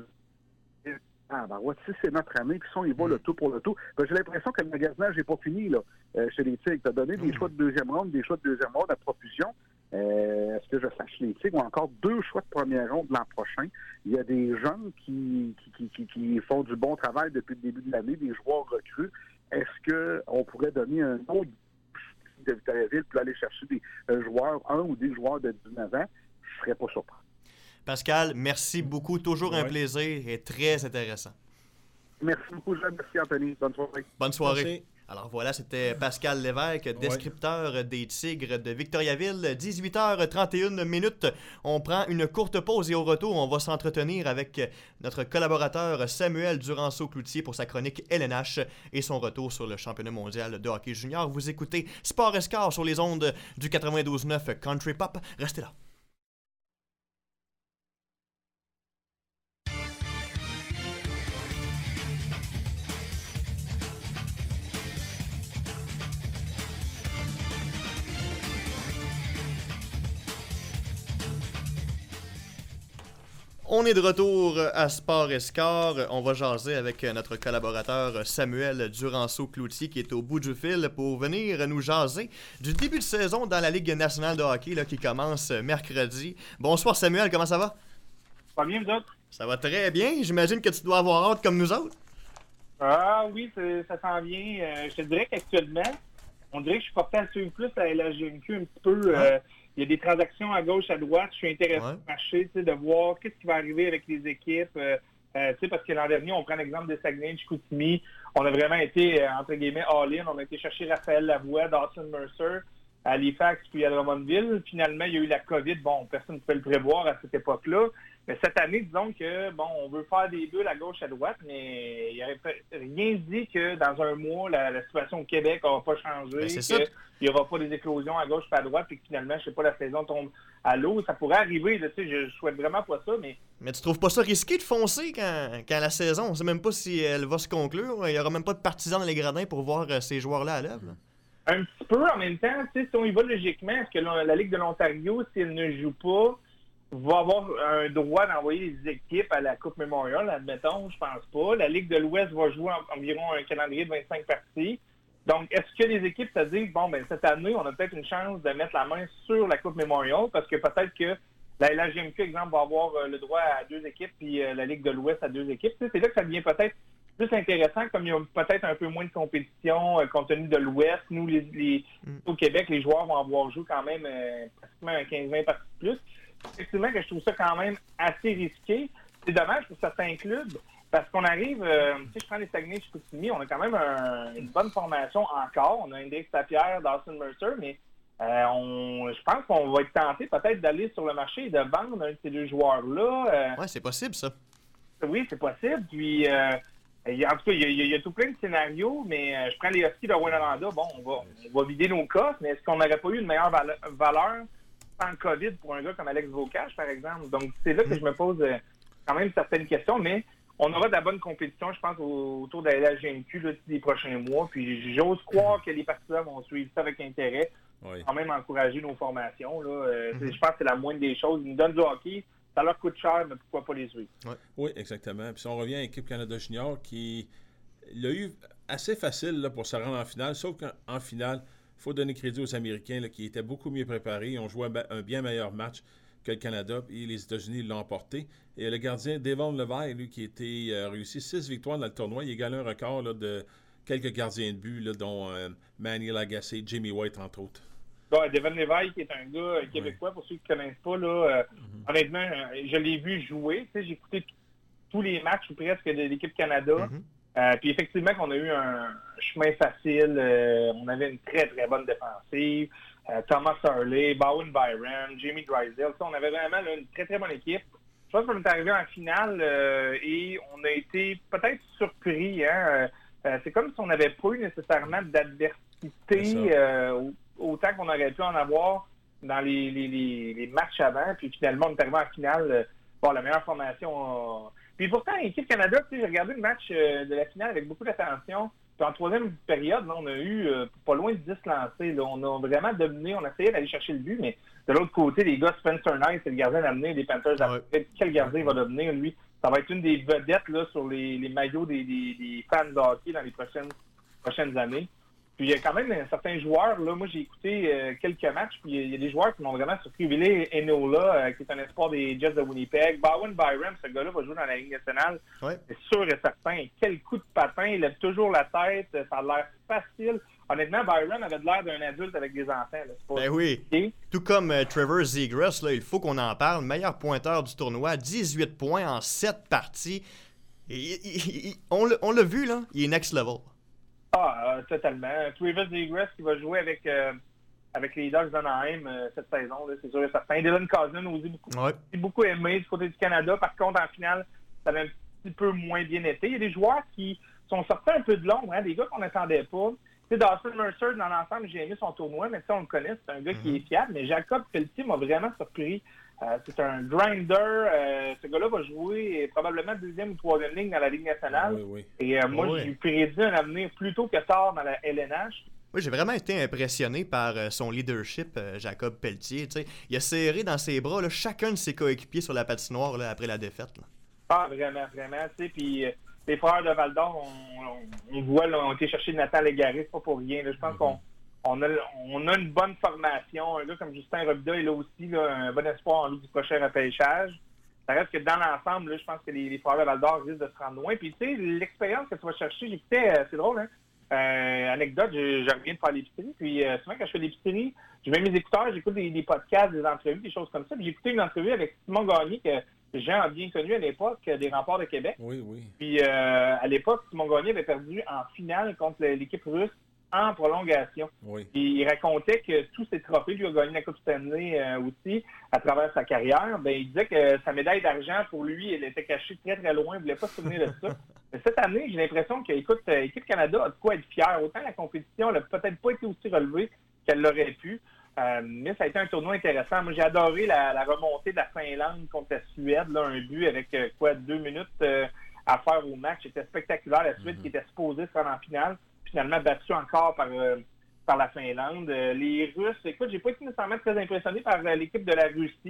Ah, ben ouais, si c'est notre année, puis si on y va le tout pour le tout. Ben, j'ai l'impression que le magasinage n'est pas fini là, euh, chez les Tigres. Tu as donné des mmh. choix de deuxième ronde, des choix de deuxième ronde à profusion. Euh, est-ce que je sache, les Tigres ont encore deux choix de première ronde l'an prochain. Il y a des jeunes qui, qui, qui, qui, qui font du bon travail depuis le début de l'année, des joueurs recrues. Est-ce qu'on pourrait donner un autre de Victoriaville pour aller chercher des euh, joueurs, un ou des joueurs de dix-neuf ans? Je ne serais pas surpris. Pascal, merci beaucoup. Toujours ouais. un plaisir et très intéressant. Merci beaucoup, Jean. Merci, Anthony. Bonne soirée. Bonne soirée. Merci. Alors voilà, c'était Pascal Lévesque, descripteur ouais. des Tigres de Victoriaville. dix-huit heures trente et une minutes. On prend une courte pause et au retour, on va s'entretenir avec notre collaborateur Samuel Duranceau-Cloutier pour sa chronique L N H et son retour sur le championnat mondial de hockey junior. Vous écoutez Sport Escar sur les ondes du quatre-vingt-douze neuf Country Pop. Restez là. On est de retour à Sport Escar. On va jaser avec notre collaborateur Samuel Duranceau-Cloutier qui est au bout du fil pour venir nous jaser du début de saison dans la Ligue nationale de hockey là, qui commence mercredi. Bonsoir Samuel, comment ça va? Ça va bien, vous autres? Ça va très bien. J'imagine que tu dois avoir hâte comme nous autres. Ah oui, ça s'en vient. Euh, je te dirais qu'actuellement, on dirait que je suis porté à suivre plus à la G M Q un petit peu. Ouais. Euh, Il y a des transactions à gauche, à droite. Je suis intéressé ouais. au marché, de voir qu'est-ce qui va arriver avec les équipes. Euh, euh, parce que l'an dernier, on prend l'exemple de Saguenay, de Chicoutimi. On a vraiment été, euh, entre guillemets, all-in. On a été chercher Raphaël Lavoie, Dawson Mercer, à Halifax, puis à Drummondville. Finalement, il y a eu la COVID. Bon, personne ne pouvait le prévoir à cette époque-là. Mais cette année, disons que, bon, on veut faire des bulles à gauche, à droite, mais il n'y aurait rien dit que dans un mois, la, la situation au Québec n'aura pas changé, qu'il n'y aura pas des éclosions à gauche et à droite, puis que finalement, je sais pas, la saison tombe à l'eau. Ça pourrait arriver, là, tu sais, je souhaite vraiment pas ça, mais... Mais tu trouves pas ça risqué de foncer quand, quand la saison, on sait même pas si elle va se conclure? Il n'y aura même pas de partisans dans les gradins pour voir euh, ces joueurs-là à l'œuvre? Un petit peu, en même temps, tu sais, si on y va logiquement, est-ce que la, la Ligue de l'Ontario, si elle ne joue pas, va avoir un droit d'envoyer des équipes à la Coupe Memorial, admettons, je pense pas. La Ligue de l'Ouest va jouer en, environ un calendrier de vingt-cinq parties. Donc, est-ce que les équipes se disent, bon, ben cette année, on a peut-être une chance de mettre la main sur la Coupe Memorial, parce que peut-être que la L H G M Q, exemple, va avoir euh, le droit à deux équipes, puis euh, la Ligue de l'Ouest à deux équipes. Tu sais, c'est là que ça devient peut-être plus intéressant, comme il y a peut-être un peu moins de compétition euh, compte tenu de l'Ouest. Nous, les, les, mm. au Québec, les joueurs vont avoir joué quand même euh, pratiquement quinze vingt parties de plus. Effectivement, que je trouve ça quand même assez risqué. C'est dommage pour certains clubs, parce qu'on arrive, euh, si je prends les Saguenay, Chicoutimi, on a quand même un, une bonne formation encore. On a Index Lapierre, Dawson Mercer, mais euh, on, je pense qu'on va être tenté peut-être d'aller sur le marché et de vendre un de ces deux joueurs-là. Euh, oui, c'est possible, ça. Oui, c'est possible. Puis, euh, en tout cas, il y, a, il y a tout plein de scénarios, mais euh, je prends les Huskies de Rwanda. Bon, on va, on va vider nos coffres, mais est-ce qu'on n'aurait pas eu une meilleure valeur, valeur sans le COVID pour un gars comme Alex Vaucache, par exemple? Donc, c'est là que je me pose euh, quand même certaines questions, mais on aura de la bonne compétition, je pense, autour de la L H G M Q là, des prochains mois. Puis j'ose croire que les partisans vont suivre ça avec intérêt. Oui. Quand même encourager nos formations. Là. Euh, mm-hmm. Je pense que c'est la moindre des choses. Ils nous donnent du hockey, ça leur coûte cher, mais pourquoi pas les suivre? Oui, oui, exactement. Puis si on revient à l'équipe Canada Junior, qui l'a eu assez facile là, pour se rendre en finale, sauf qu'en finale, il faut donner crédit aux Américains là, qui étaient beaucoup mieux préparés. Ils ont joué un bien meilleur match que le Canada, et les États-Unis l'ont emporté. Et le gardien Devon Levaille, lui, qui a été, euh, réussi six victoires dans le tournoi, il a égalé un record là, de quelques gardiens de but, là, dont euh, Manny Lagacé, Jimmy White, entre autres. Ouais, Devon Levaille, qui est un gars euh, québécois, oui. Pour ceux qui ne connaissent pas, là, euh, mm-hmm. honnêtement, euh, je l'ai vu jouer. J'ai écouté t- tous les matchs, ou presque, de l'équipe Canada. Mm-hmm. Euh, puis effectivement, qu'on a eu un chemin facile. Euh, on avait une très, très bonne défensive. Euh, Thomas Hurley, Bowen Byram, Jamie Drysdale. On avait vraiment là, une très, très bonne équipe. Je pense qu'on est arrivé en finale euh, et on a été peut-être surpris. Hein? Euh, c'est comme si on n'avait pas eu nécessairement d'adversité euh, autant qu'on aurait pu en avoir dans les, les, les, les matchs avant. Puis finalement, on est arrivé en finale. Euh, bon, la meilleure formation... Euh... Puis pourtant, l'équipe Canada, j'ai regardé le match euh, de la finale avec beaucoup d'attention. Puis en troisième période, là, on a eu euh, pas loin de dix lancés. Là. On a vraiment dominé. On a essayé d'aller chercher le but, mais de l'autre côté, les gars, Spencer Knight, c'est le gardien d'amener des Panthers. Ouais. Quel gardien va devenir, lui? Ça va être une des vedettes là, sur les, les maillots des, des, des fans de hockey dans les prochaines, prochaines années. Puis il y a quand même certains joueurs. Là, moi, j'ai écouté euh, quelques matchs, puis il y a des joueurs qui m'ont vraiment surpris. Billy Enola, euh, qui est un espoir des Jets de Winnipeg. Bowen Byram, ce gars-là, va jouer dans la Ligue nationale. Ouais. C'est sûr et certain. Quel coup de patin. Il lève toujours la tête. Ça a l'air facile. Honnêtement, Byron avait l'air d'un adulte avec des enfants. Là. C'est pas ben oui. Okay. Tout comme euh, Trevor Zegras, là, il faut qu'on en parle. Meilleur pointeur du tournoi. dix-huit points en sept parties. Et, et, et, on, l'a, on l'a vu, là. Il est next level. Ah, euh, totalement. Trevor Zegras qui va jouer avec, euh, avec les Ducks d'Anaheim euh, cette saison, là, c'est sûr et certain. Dylan Cousin aussi beaucoup, ouais. beaucoup aimé du côté du Canada. Par contre, en finale, ça avait un petit peu moins bien été. Il y a des joueurs qui sont sortis un peu de l'ombre, hein, des gars qu'on n'attendait pas. Tu sais, Dawson Mercer, dans l'ensemble, j'ai aimé son tournoi, mais ça, on le connaît, c'est un gars mm-hmm. qui est fiable. Mais Jacob Pelletier m'a vraiment surpris. Euh, c'est un grinder. Euh, ce gars-là va jouer probablement deuxième ou troisième ligne dans la Ligue nationale. Oui, oui. Et euh, moi, oui. j'ai prédit un avenir plus tôt que tard dans la L N H. Oui, j'ai vraiment été impressionné par euh, son leadership, euh, Jacob Pelletier. T'sais. Il a serré dans ses bras là, chacun de ses coéquipiers sur la patinoire là, après la défaite. Là. Ah, vraiment, vraiment. Puis euh, les frères de Val-d'Or, on, on, on voit, là, on a été chercher Nathan Légaré, c'est pas pour rien. Là. Je pense mm-hmm. qu'on On a, on a une bonne formation. Un gars comme Justin Robida est là aussi, là, un bon espoir en vue du prochain repêchage. Ça reste que dans l'ensemble, là, je pense que les, les Frères de Val-d'Or risquent de se rendre loin. Puis, tu sais, l'expérience que tu vas chercher, j'écoutais, euh, c'est drôle, hein? Euh, anecdote, je, je reviens de faire l'épicerie. Puis, euh, souvent, quand je fais l'épicerie, je mets mes écouteurs, j'écoute des, des podcasts, des entrevues, des choses comme ça. Puis, j'ai écouté une entrevue avec Simon Gagné, que Jean a bien connu à l'époque, des Remparts de Québec. Oui, oui. Puis, euh, à l'époque, Simon Gagné avait perdu en finale contre l'équipe russe en prolongation. Oui. Il racontait que tous ses trophées, lui a gagné la Coupe Stanley euh, aussi à travers sa carrière. Ben, il disait que sa médaille d'argent, pour lui, elle était cachée très, très loin. Il ne voulait pas se souvenir de ça. Mais cette année, j'ai l'impression que, écoute, euh, l'équipe Canada a de quoi être fière. Autant la compétition n'a peut-être pas été aussi relevée qu'elle l'aurait pu. Euh, mais ça a été un tournoi intéressant. Moi, j'ai adoré la, la remontée de la Finlande contre la Suède. Là, un but avec, euh, quoi, deux minutes euh, à faire au match. C'était spectaculaire. La Suède mm-hmm. qui était supposée se rendre en finale, finalement battu encore par, euh, par la Finlande. Euh, les Russes, écoute, j'ai pas été nécessairement très impressionné par euh, l'équipe de la Russie.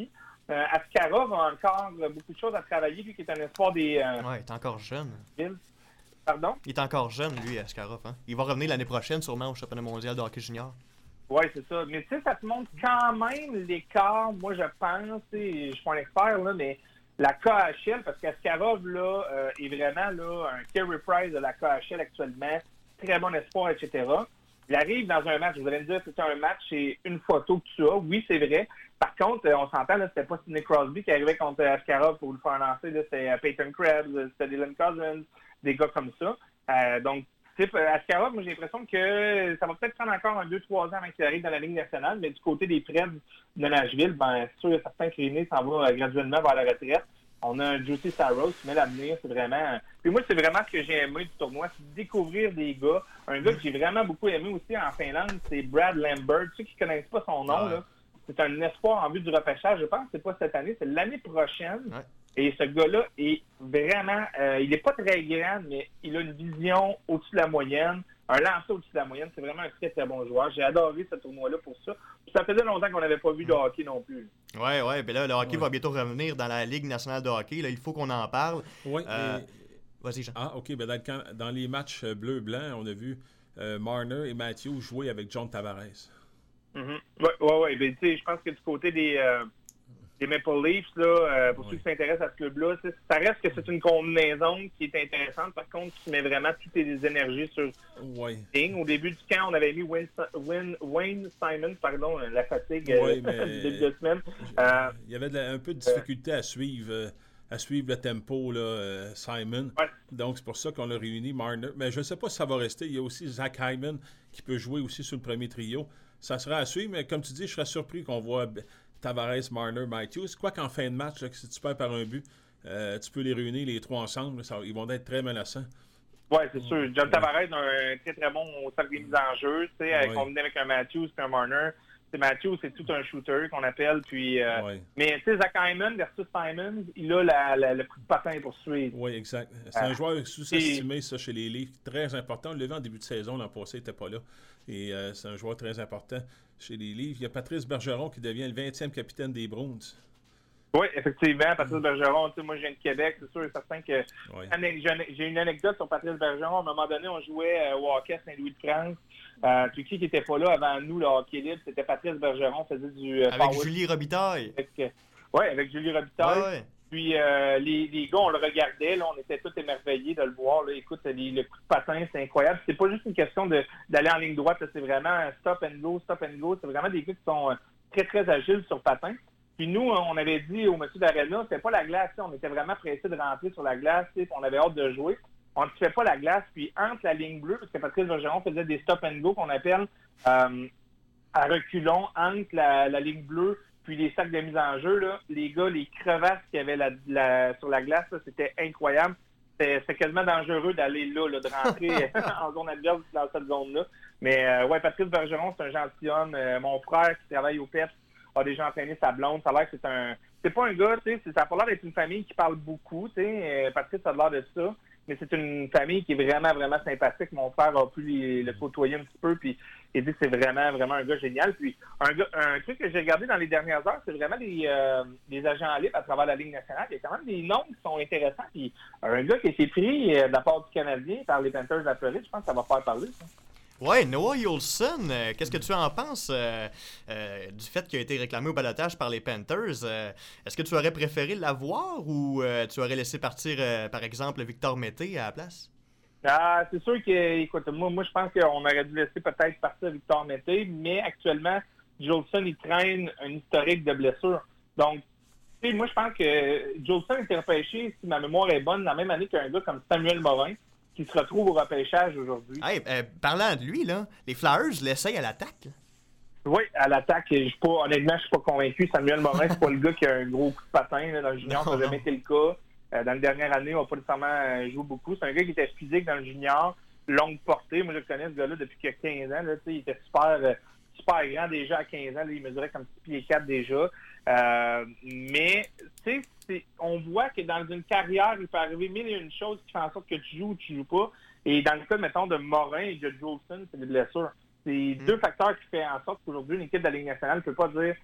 Euh, Askarov a encore beaucoup de choses à travailler, lui qui est un espoir des... Euh, ouais, il est encore jeune. Villes. Pardon? Il est encore jeune, lui, Askarov. Hein? Il va revenir l'année prochaine, sûrement, au championnat mondial de hockey junior. Oui, c'est ça. Mais tu sais, ça te montre quand même l'écart, moi, je pense, je suis pas un expert, là, mais la K H L, parce qu'Askarov, là, euh, est vraiment là, un Carey Price de la K H L actuellement, très bon espoir, et cetera. Il arrive dans un match, vous allez me dire que c'est un match, c'est une photo que tu as. Oui, c'est vrai. Par contre, on s'entend, là, c'était pas Sidney Crosby qui arrivait contre Askarov pour le faire lancer. Là, c'était Peyton Krebs, c'était Dylan Cousins, des gars comme ça. Euh, donc, Askarov, moi, j'ai l'impression que ça va peut-être prendre encore un deux trois ans avant qu'il arrive dans la Ligue nationale, mais du côté des Preds de Nashville, ben, c'est sûr que certains Crénés s'en vont graduellement vers la retraite. On a un Juicy Saros, mais l'avenir, c'est vraiment... Puis moi, c'est vraiment ce que j'ai aimé du tournoi, c'est de découvrir des gars. Un gars que j'ai vraiment beaucoup aimé aussi en Finlande, c'est Brad Lambert. Ceux qui ne connaissent pas son nom, ouais. là, c'est un espoir en vue du repêchage. Je pense que c'est pas cette année, c'est l'année prochaine. Ouais. Et ce gars-là est vraiment... Euh, il n'est pas très grand, mais il a une vision au-dessus de la moyenne. Un lancer au-dessus de la moyenne. C'est vraiment un très, très bon joueur. J'ai adoré ce tournoi-là pour ça. Puis ça faisait longtemps qu'on n'avait pas vu de hockey non plus. Oui, oui. Puis là, le hockey ouais. va bientôt revenir dans la Ligue nationale de hockey. Là, il faut qu'on en parle. Oui. Euh... Et... Vas-y, Jean. Ah, OK. Ben dans, le camp, dans les matchs bleu-blanc, on a vu euh, Marner et Matthews jouer avec John Tavares. Oui, oui, oui. Ben, tu sais, je pense que du côté des... Euh... Les Maple Leafs, là, euh, pour oui. ceux qui s'intéressent à ce club-là, ça reste que c'est une combinaison qui est intéressante, par contre, qui met vraiment toutes les énergies sur oui. ligne. Au début du camp, on avait mis Wayne, Wayne, Wayne Simon, pardon, la fatigue oui, euh, du début de semaine. Euh, il y avait de la, un peu de difficulté euh, à suivre euh, à suivre le tempo, là, euh, Simon. Ouais. Donc, c'est pour ça qu'on l'a réuni, Marner. Mais je ne sais pas si ça va rester. Il y a aussi Zach Hyman qui peut jouer aussi sur le premier trio. Ça sera à suivre, mais comme tu dis, je serais surpris qu'on voit... Tavares, Marner, Matthews. Quoi qu'en fin de match, là, si tu perds par un but, euh, tu peux les réunir les trois ensemble. Ça, ils vont être très menaçants. Oui, c'est sûr. John ouais. Tavares a un très très bon cercle des mises en jeu. Tu sais, ouais. combiné avec un Matthews et un Marner. T'sais, Matthews, c'est tout un shooter qu'on appelle. Puis, euh, ouais. Mais tu sais, Zach Hyman versus Simon, il a la, la, le coup de patin pour suivre. Oui, exact. C'est euh, un joueur sous-estimé, ça, chez les Leafs. Très important. On l'a vu en début de saison. L'an passé, il n'était pas là. Et euh, c'est un joueur très important chez les Leafs. Il y a Patrice Bergeron qui devient le vingtième capitaine des Bruins. Oui, effectivement, Patrice Bergeron. Moi, je viens de Québec. C'est sûr et certain que oui. j'ai une anecdote sur Patrice Bergeron. À un moment donné, on jouait au hockey à Saint-Louis-de-France. Euh, puis qui n'était pas là avant nous, le hockey libre, c'était Patrice Bergeron. Faisait du euh, Avec Julie Robitaille. Oui, avec, avec Julie Robitaille. Ouais, ouais. Puis euh, les, les gars, on le regardait, là, on était tous émerveillés de le voir. Là. Écoute, les, le coup de patin, c'est incroyable. C'est pas juste une question de, d'aller en ligne droite, là. C'est vraiment stop and go, stop and go. C'est vraiment des gars qui sont euh, très, très agiles sur patin. Puis nous, on avait dit au monsieur d'Arena, c'était pas la glace, on était vraiment pressés de rentrer sur la glace, on avait hâte de jouer. On ne fait pas la glace, puis entre la ligne bleue, parce que Patrice Bergeron faisait des stop and go qu'on appelle euh, à reculons entre la, la ligne bleue puis les sacs de mise en jeu, là, les gars, les crevasses qu'il y avait la, la, sur la glace, là, c'était incroyable. C'était, c'était quasiment dangereux d'aller là, là de rentrer en zone adverse dans cette zone-là. Mais euh, ouais, Patrice Bergeron, c'est un gentilhomme. Euh, mon frère qui travaille au P E P S a déjà entraîné sa blonde. Ça a l'air que c'est un... C'est pas un gars, tu sais, ça a pas l'air d'être une famille qui parle beaucoup, tu sais. Patrice a l'air de ça. Mais c'est une famille qui est vraiment, vraiment sympathique. Mon frère a pu les, le côtoyer un petit peu, puis il dit que c'est vraiment, vraiment un gars génial. Puis un, gars, un truc que j'ai regardé dans les dernières heures, c'est vraiment les, euh, les agents libres à travers la Ligue nationale. Il y a quand même des noms qui sont intéressants. Puis un gars qui a été pris de la part du Canadien par les Panthers de la Floride, je pense que ça va faire parler, ça. Ouais, Noah Juulsen, euh, qu'est-ce que tu en penses euh, euh, du fait qu'il a été réclamé au ballottage par les Panthers? Euh, est-ce que tu aurais préféré l'avoir ou euh, tu aurais laissé partir, euh, par exemple, Victor Mété à la place? Ah, c'est sûr que, écoute, moi, moi je pense qu'on aurait dû laisser peut-être partir Victor Mété, mais actuellement, Juulsen, il traîne un historique de blessure. Donc, tu sais, moi, je pense que Juulsen était repêché, si ma mémoire est bonne, la même année qu'un gars comme Samuel Morin, qui se retrouve au repêchage aujourd'hui. Hey, euh, parlant de lui, là, les Flyers l'essayent à l'attaque. Oui, à l'attaque. Je suis pas, honnêtement, je suis pas convaincu. Samuel Morin, c'est pas le gars qui a un gros coup de patin là, dans le junior. Non, ça n'a jamais été le cas. Euh, dans la dernière année, on n'a pas nécessairement joué beaucoup. C'est un gars qui était physique dans le junior, longue portée. Moi, je connais ce gars-là depuis qu'il a quinze ans. Là, il était super, euh, super grand déjà à quinze ans. Là, il mesurait comme six pieds quatre déjà. Euh, mais, tu sais, on voit que dans une carrière, il peut arriver mille et une choses qui font en sorte que tu joues ou tu joues pas. Et dans le cas, mettons, de Morin et de Juulsen, c'est des blessures. C'est mmh. deux facteurs qui font en sorte qu'aujourd'hui, une équipe de la Ligue nationale ne peut pas dire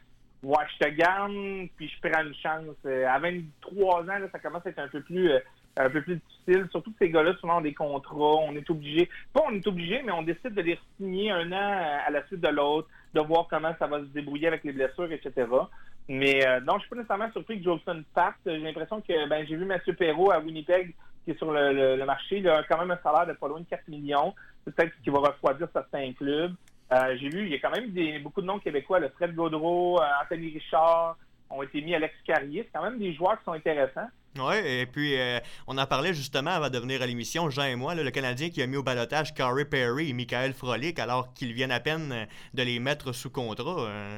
ouais, je te garde, puis je prends une chance. Euh, à vingt-trois ans, là, ça commence à être un peu plus euh, un peu plus difficile. Surtout que ces gars-là, souvent, ont des contrats. On est obligé, pas on est obligé, mais on décide de les signer un an à la suite de l'autre, de voir comment ça va se débrouiller avec les blessures, et cetera. Mais euh, non, je suis pas nécessairement surpris que Jolson parte. J'ai l'impression que, ben, j'ai vu Mathieu Perreault à Winnipeg, qui est sur le, le, le marché. Il a quand même un salaire de pas loin de quatre millions. Peut-être qu'il va refroidir certains clubs. Euh, j'ai vu, il y a quand même des, beaucoup de noms québécois. Le Fred Gaudreau, euh, Anthony Richard ont été mis à Alex Carrier. C'est quand même des joueurs qui sont intéressants. Oui, et puis euh, on en parlait justement avant de venir à l'émission, Jean et moi, là, le Canadien qui a mis au balotage Corey Perry et Michael Frolik alors qu'ils viennent à peine de les mettre sous contrat. Euh...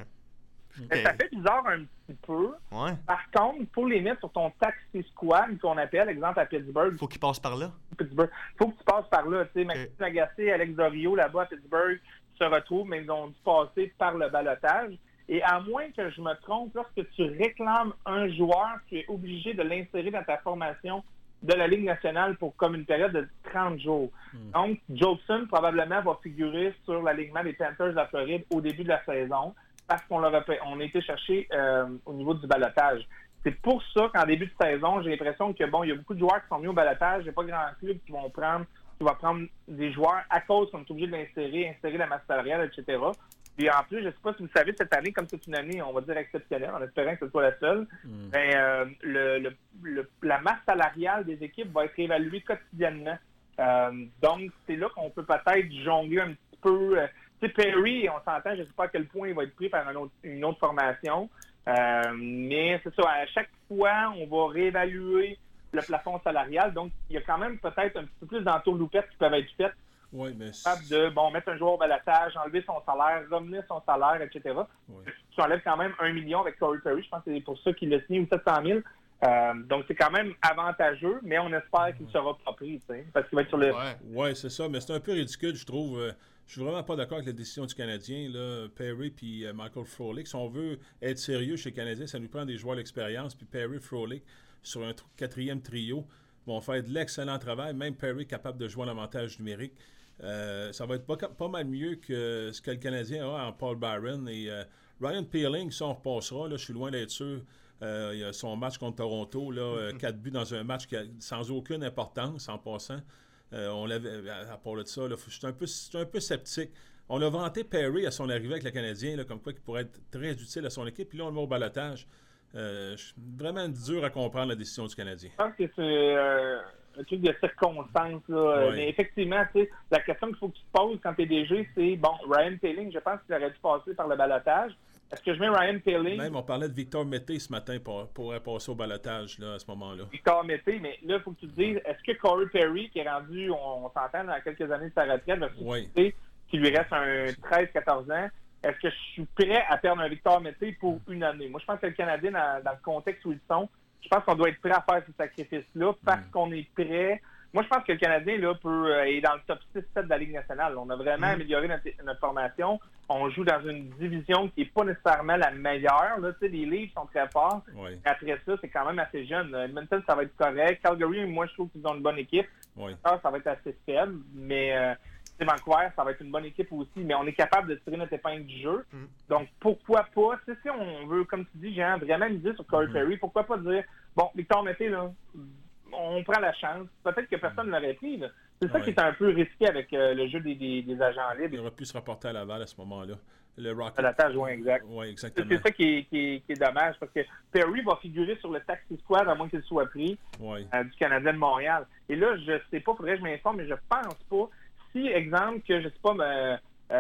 Ça fait bizarre un petit peu. Ouais. Par contre, pour les mettre sur ton taxi squad, qu'on appelle, exemple à Pittsburgh. Faut qu'ils passent par là. Pittsburgh. Faut que tu passes par là. Tu sais, Maxime okay. Lagacé, Alex Dorio, là-bas à Pittsburgh, se retrouvent, mais ils ont dû passer par le balotage. Et à moins que je me trompe, lorsque tu réclames un joueur, tu es obligé de l'insérer dans ta formation de la Ligue nationale pour comme une période de trente jours. Mm. Donc, Jolson probablement va figurer sur l'alignement des Panthers de la Floride au début de la saison parce qu'on l'a on a été chercher euh, au niveau du balotage. C'est pour ça qu'en début de saison, j'ai l'impression que bon, il y a beaucoup de joueurs qui sont mis au balotage. Il n'y a pas grand club qui vont prendre, qui va prendre des joueurs à cause qu'on est obligé de l'insérer, insérer la masse salariale, et cetera. Puis en plus, je ne sais pas si vous savez, cette année, comme c'est une année, on va dire exceptionnelle, en espérant que ce soit la seule, mm. ben, euh, le, le, le, la masse salariale des équipes va être évaluée quotidiennement. Euh, donc, c'est là qu'on peut peut-être jongler un petit peu. Euh, tu sais, Perry, on s'entend, je ne sais pas à quel point il va être pris par un autre, une autre formation. Euh, mais c'est ça, à chaque fois, on va réévaluer le plafond salarial. Donc, il y a quand même peut-être un petit peu plus d'entourloupettes qui peuvent être faites. Oui, mais capable de bon, mettre un joueur au balotage, enlever son salaire, ramener son salaire, et cetera. Oui. Tu enlèves quand même un million avec Corey Perry. Je pense que c'est pour ça qu'il l'a signé, ou sept cent mille. Euh, donc, c'est quand même avantageux, mais on espère qu'il sera pas pris, tu sais, parce qu'il va être sur le... Oui, ouais, c'est ça, mais c'est un peu ridicule, je trouve. Euh, je suis vraiment pas d'accord avec la décision du Canadien, là, Perry puis euh, Michael Frolik. Si on veut être sérieux chez les Canadiens, ça nous prend des joueurs d'expérience, puis Perry, Frolik, sur un tr- quatrième trio, vont faire de l'excellent travail, même Perry capable de jouer en avantage numérique. Euh, ça va être pas, pas mal mieux que ce que le Canadien a en Paul Byron. Et euh, Ryan Peeling, ça on repassera, là, je suis loin d'être sûr. Euh, il y a son match contre Toronto, là, euh, quatre buts dans un match qui a, sans aucune importance en passant. Euh, on l'avait, à part de ça, là, je suis un peu, un peu sceptique. On a vanté Perry à son arrivée avec le Canadien, là, comme quoi il pourrait être très utile à son équipe, puis là on le met au balotage. Euh, vraiment dur à comprendre la décision du Canadien. Je pense que c'est euh, un truc de circonstance. Là. Oui. Mais effectivement, la question qu'il faut que tu te poses quand tu es D G, c'est, bon, Ryan Poehling, je pense qu'il aurait dû passer par le balotage. Est-ce que je mets Ryan Poehling? Même, on parlait de Victor Mété ce matin pour, pour passer au balotage là, à ce moment-là. Victor Mété, mais là, il faut que tu te dises, est-ce que Corey Perry, qui est rendu, on, on s'entend, dans quelques années de sa retraite, va oui. qu'il lui reste un treize quatorze ans, est-ce que je suis prêt à perdre un Victor Mété pour une année? Moi, je pense que le Canadien, dans, dans le contexte où ils sont, je pense qu'on doit être prêt à faire ce sacrifice-là parce mm. qu'on est prêt. Moi, je pense que le Canadien là, peut être dans le top six sept de la Ligue nationale. On a vraiment mm. amélioré notre, notre formation. On joue dans une division qui n'est pas nécessairement la meilleure. Là, les Leafs sont très forts. Oui. Après ça, c'est quand même assez jeune. Edmonton, ça va être correct. Calgary, moi, je trouve qu'ils ont une bonne équipe. Oui. Ça, ça va être assez faible, mais... Euh, Vancouver, ça va être une bonne équipe aussi, mais on est capable de tirer notre épingle du jeu. Mm. Donc, pourquoi pas, si on veut, comme tu dis, Jean, vraiment miser sur Corey mm-hmm. Perry, pourquoi pas dire, bon, Victor Mété, là, on prend la chance. Peut-être que personne ne l'aurait pris. Là. C'est ça ouais. qui est un peu risqué avec euh, le jeu des, des, des agents libres. Il aurait pu se rapporter à Laval à ce moment-là. Le Rocket. À la tâche, oui, exact. Oui, exactement. C'est ça qui est, qui, est, qui est dommage, parce que Perry va figurer sur le taxi squad, à moins qu'il soit pris, oui. euh, du Canadien de Montréal. Et là, je sais pas, faudrait que je m'informe, mais je pense pas. Si, exemple, que, je sais pas, mais,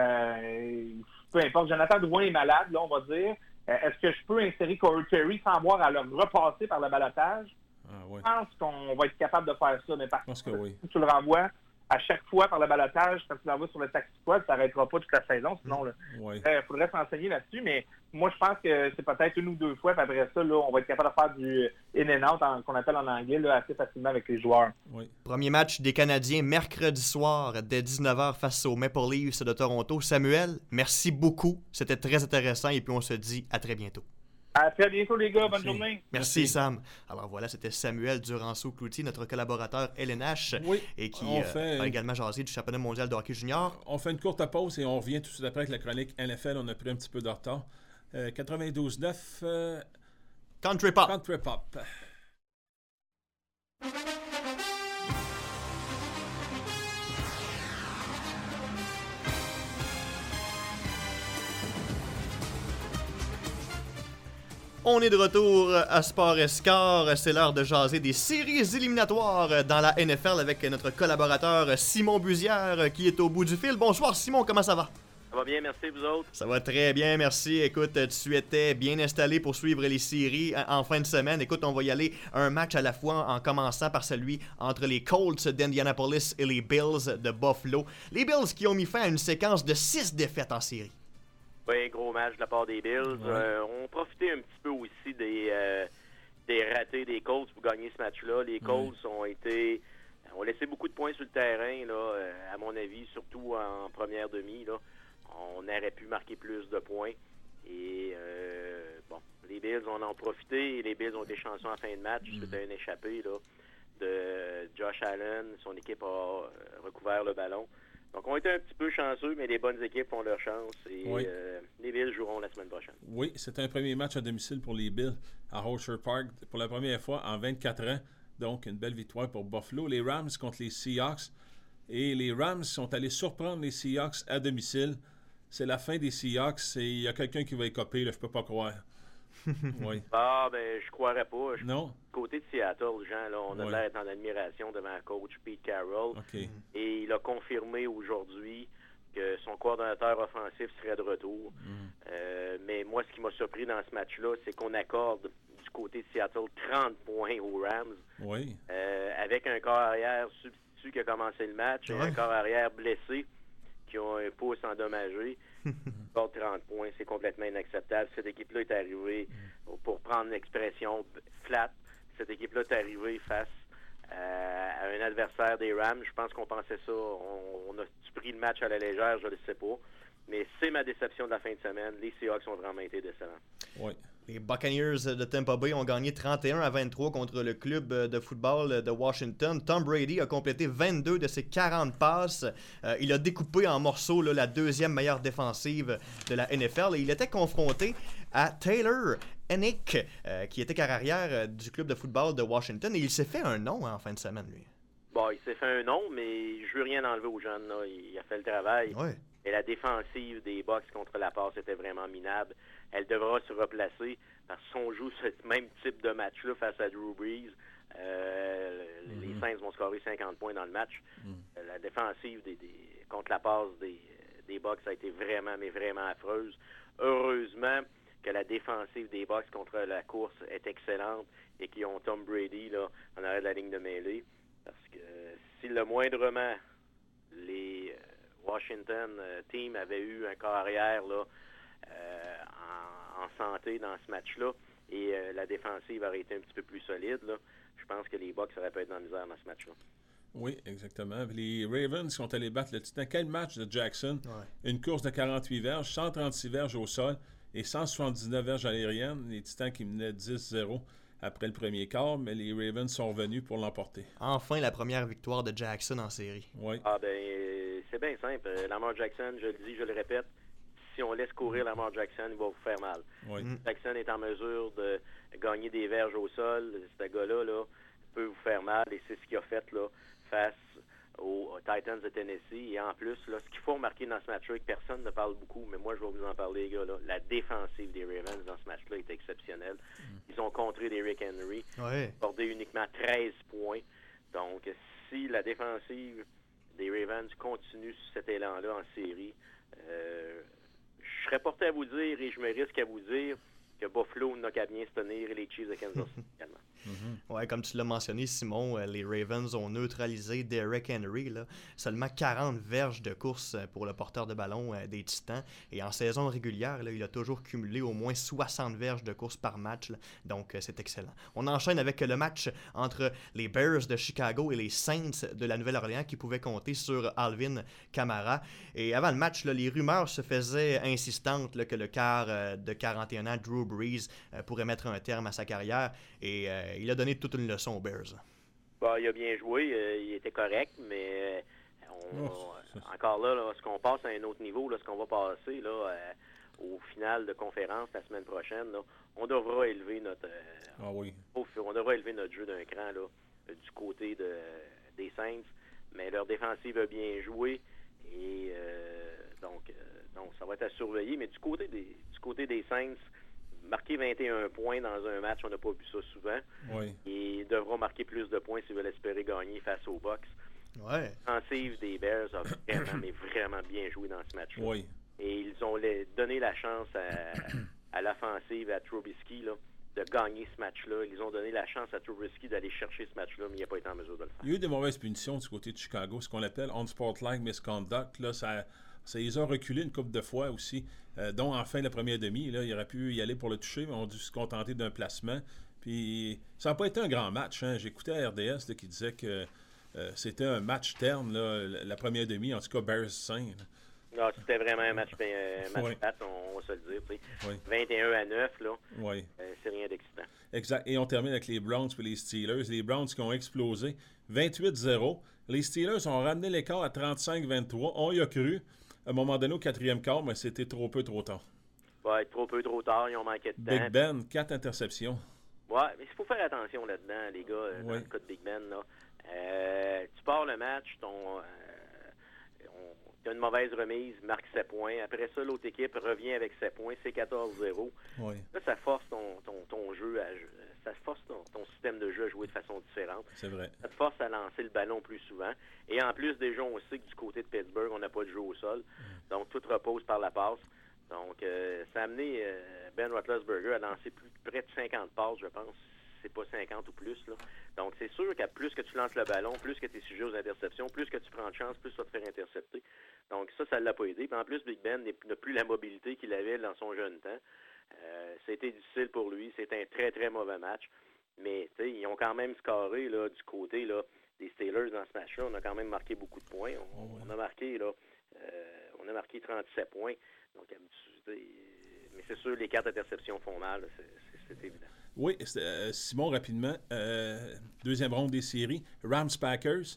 euh, peu importe, Jonathan Drouin est malade, là, on va dire, euh, est-ce que je peux insérer Corey Perry sans avoir à le repasser par le balotage? Ah, ouais. Je pense qu'on va être capable de faire ça, mais par contre, oui. si tu le renvoies à chaque fois par le balotage, quand tu l'envoies sur le taxi squad, ça n'arrêtera pas toute la saison, sinon, il ouais. euh, faudrait s'enseigner là-dessus, mais moi, je pense que c'est peut-être une ou deux fois, puis après ça, là, on va être capable de faire du in and out, en, qu'on appelle en anglais, là, assez facilement avec les joueurs. Oui. Premier match des Canadiens, mercredi soir, dès dix-neuf heures, face aux Maple Leafs de Toronto. Samuel, merci beaucoup, c'était très intéressant, et puis on se dit à très bientôt. À très bientôt, les gars. Bonne Merci. journée. Merci, Merci, Sam. Alors voilà, c'était Samuel Duranceau-Cloutier, notre collaborateur L N H, oui, et qui euh, fait... a également jasé du championnat mondial de hockey junior. On fait une courte pause et on revient tout de suite après avec la chronique N F L. On a pris un petit peu de retard. Euh, quatre-vingt-douze neuf. Euh, Country Pop. Country Pop. On est de retour à Sport Escar. C'est l'heure de jaser des séries éliminatoires dans la N F L avec notre collaborateur Simon Buzière qui est au bout du fil. Bonsoir Simon, comment ça va? Ça va bien, merci, vous autres? Ça va très bien, merci. Écoute, tu étais bien installé pour suivre les séries en fin de semaine. Écoute, on va y aller un match à la fois en commençant par celui entre les Colts d'Indianapolis et les Bills de Buffalo. Les Bills qui ont mis fin à une séquence de six défaites en série. Oui, gros match de la part des Bills. Ouais. Euh, on profitait un petit peu aussi des, euh, des ratés des Colts pour gagner ce match-là. Les Colts ouais. ont été... ont laissé beaucoup de points sur le terrain, là, euh, à mon avis, surtout en première demi. Là. On aurait pu marquer plus de points. Et euh, bon, les Bills en ont profité et les Bills ont été chanceux en fin de match. Mm. C'était un échappé là, de Josh Allen. Son équipe a euh, recouvert le ballon. Donc, on était un petit peu chanceux, mais les bonnes équipes ont leur chance et oui. euh, les Bills joueront la semaine prochaine. Oui, c'est un premier match à domicile pour les Bills à Orchard Park pour la première fois en vingt-quatre ans. Donc, une belle victoire pour Buffalo. Les Rams contre les Seahawks. Et les Rams sont allés surprendre les Seahawks à domicile. C'est la fin des Seahawks et il y a quelqu'un qui va écoper, là, je peux pas croire. Oui. Ah, ben, je croirais pas. Je... Non? Côté de Seattle, Jean, là, on a oui. l'air d'être en admiration devant le coach Pete Carroll. Okay. Et il a confirmé aujourd'hui que son coordonnateur offensif serait de retour. Mm. Euh, mais moi, ce qui m'a surpris dans ce match-là, c'est qu'on accorde du côté de Seattle trente points aux Rams. Oui. Euh, avec un corps arrière substitut qui a commencé le match oui. et un corps arrière blessé qui ont un pouce endommagé. Pas trente points, c'est complètement inacceptable. Cette équipe-là est arrivée, mm. pour prendre l'expression flat, cette équipe-là est arrivée face euh, à un adversaire des Rams. Je pense qu'on pensait ça. On, on a pris le match à la légère, je ne le sais pas. Mais c'est ma déception de la fin de semaine. Les Seahawks ont vraiment été décevants. Oui. Les Buccaneers de Tampa Bay ont gagné trente et un à vingt-trois contre le club de football de Washington. Tom Brady a complété vingt-deux de ses quarante passes. Euh, il a découpé en morceaux là, la deuxième meilleure défensive de la N F L. Et il était confronté à Taylor Hennick, euh, qui était carrière du club de football de Washington. Et il s'est fait un nom hein, en fin de semaine, lui. Bon, il s'est fait un nom, mais je veux rien enlever aux jeunes. Là. Il a fait le travail. Ouais. Et la défensive des Bucs contre la passe était vraiment minable. Elle devra se replacer parce qu'on joue ce même type de match-là face à Drew Brees. Euh, mm-hmm. Les Saints vont scorer cinquante points dans le match. Mm. La défensive des, des, contre la passe des, des Bucs a été vraiment, mais vraiment affreuse. Heureusement que la défensive des Bucs contre la course est excellente et qu'ils ont Tom Brady là, en arrière de la ligne de mêlée. Parce que euh, si le moindrement les euh, Washington euh, team avait eu un corps arrière là, euh, en, en santé dans ce match-là et euh, la défensive aurait été un petit peu plus solide, là, je pense que les Bucs auraient pu être dans la misère dans ce match-là. Oui, exactement. Les Ravens sont allés battre le Titan. Quel match de Jackson? Ouais. Une course de quarante-huit verges, cent trente-six verges au sol et cent soixante-dix-neuf verges aériennes. Les Titans qui menaient dix zéro après le premier quart, mais les Ravens sont revenus pour l'emporter. Enfin, la première victoire de Jackson en série. Oui. Ah ben, c'est bien simple. Lamar Jackson, je le dis, je le répète, si on laisse courir Lamar Jackson, il va vous faire mal. Oui. Jackson est en mesure de gagner des verges au sol. Ce gars-là là, peut vous faire mal et c'est ce qu'il a fait là, face aux Titans de Tennessee. Et en plus, là, ce qu'il faut remarquer dans ce match-là, que personne ne parle beaucoup, mais moi, je vais vous en parler, les gars, là, la défensive des Ravens dans ce match-là est exceptionnelle. Mm. Ils ont contré Derrick Henry, ouais. accordé uniquement treize points. Donc, si la défensive des Ravens continue sur cet élan-là en série, euh, je serais porté à vous dire, et je me risque à vous dire, que Buffalo n'a qu'à bien se tenir et les Chiefs de Kansas City également. Mm-hmm. Ouais, comme tu l'as mentionné, Simon, euh, les Ravens ont neutralisé Derrick Henry. Là. Seulement quarante verges de course pour le porteur de ballon euh, des Titans. Et en saison régulière, là, il a toujours cumulé au moins soixante verges de course par match. Là. Donc, euh, c'est excellent. On enchaîne avec le match entre les Bears de Chicago et les Saints de la Nouvelle-Orléans qui pouvaient compter sur Alvin Kamara. Et avant le match, là, les rumeurs se faisaient insistantes là, que le quart euh, de quarante et un ans, Drew Brees, euh, pourrait mettre un terme à sa carrière. Et euh, il a donné toute une leçon aux Bears. Bon, il a bien joué, euh, il était correct, mais on, oh, on, encore là, là, ce qu'on passe à un autre niveau, là, ce qu'on va passer, là, euh, au final de conférence la semaine prochaine, là, on devra élever notre euh, ah oui. on devra élever notre jeu d'un cran là, du côté de, des Saints, mais leur défensive a bien joué et euh, donc, euh, donc ça va être à surveiller. Mais du côté des du côté des Saints, marquer vingt et un points dans un match, on n'a pas vu ça souvent. Oui. Et ils devront marquer plus de points s'ils veulent espérer gagner face aux Bucs. Ouais. La défensive des Bears a vraiment, mais vraiment bien joué dans ce match-là. Oui. Et ils ont les, donné la chance à, à l'offensive, à Trubisky, là, de gagner ce match-là. Ils ont donné la chance à Trubisky d'aller chercher ce match-là, mais il n'a pas été en mesure de le faire. Il y a eu des mauvaises punitions du côté de Chicago, ce qu'on appelle on-sport-like misconduct. Là, ça, ça les a reculés une couple de fois aussi, euh, dont en fin de la première demi. Là, il aurait pu y aller pour le toucher, mais on a dû se contenter d'un placement. Puis ça n'a pas été un grand match. Hein. J'écoutais à R D S là, qui disait que euh, c'était un match terne, là, la première demi, en tout cas Bears Saints. Non, c'était vraiment un match, un match oui. plate, on, on va se le dire. Oui. vingt et un à neuf, là, oui. euh, c'est rien d'excitant. Exact. Et on termine avec les Browns et les Steelers. Les Browns qui ont explosé vingt-huit zéro. Les Steelers ont ramené l'écart à trente-cinq vingt-trois. On y a cru. À un moment donné, au quatrième quart, mais c'était trop peu, trop tard. Ouais, trop peu, trop tard. Ils ont manqué de temps. Big Ben, quatre interceptions. Ouais, mais il faut faire attention là-dedans, les gars, oui. Dans le cas de Big Ben. Là. Euh, tu pars le match, ton... Euh, tu as une mauvaise remise, marque sept points. Après ça, l'autre équipe revient avec sept points, c'est quatorze zéro. Oui. Là, ça force ton, ton, ton jeu, à, ça force ton, ton système de jeu à jouer de façon différente. C'est vrai. Ça te force à lancer le ballon plus souvent. Et en plus, déjà, on sait que du côté de Pittsburgh, on n'a pas de jeu au sol. Mm. Donc, tout repose par la passe. Donc, euh, ça a amené euh, Ben Roethlisberger à lancer plus près de cinquante passes, je pense. C'est pas cinquante ou plus, là. Donc, c'est sûr qu'à plus que tu lances le ballon, plus que tu es sujet aux interceptions, plus que tu prends de chance, plus ça te fait intercepter. Donc, ça, ça ne l'a pas aidé. Puis en plus, Big Ben n'a plus la mobilité qu'il avait dans son jeune temps. Euh, c'était difficile pour lui. C'était un très, très mauvais match. Mais, tu sais, ils ont quand même scoré, là, du côté, là, des Steelers dans ce match-là. On a quand même marqué beaucoup de points. On, oh, ouais. on a marqué, là, euh, on a marqué trente-sept points. Donc, mais c'est sûr, les quatre interceptions font mal. Là, c'est, c'est, c'est évident. Oui, euh, Simon, rapidement, euh, deuxième ronde des séries, Rams-Packers.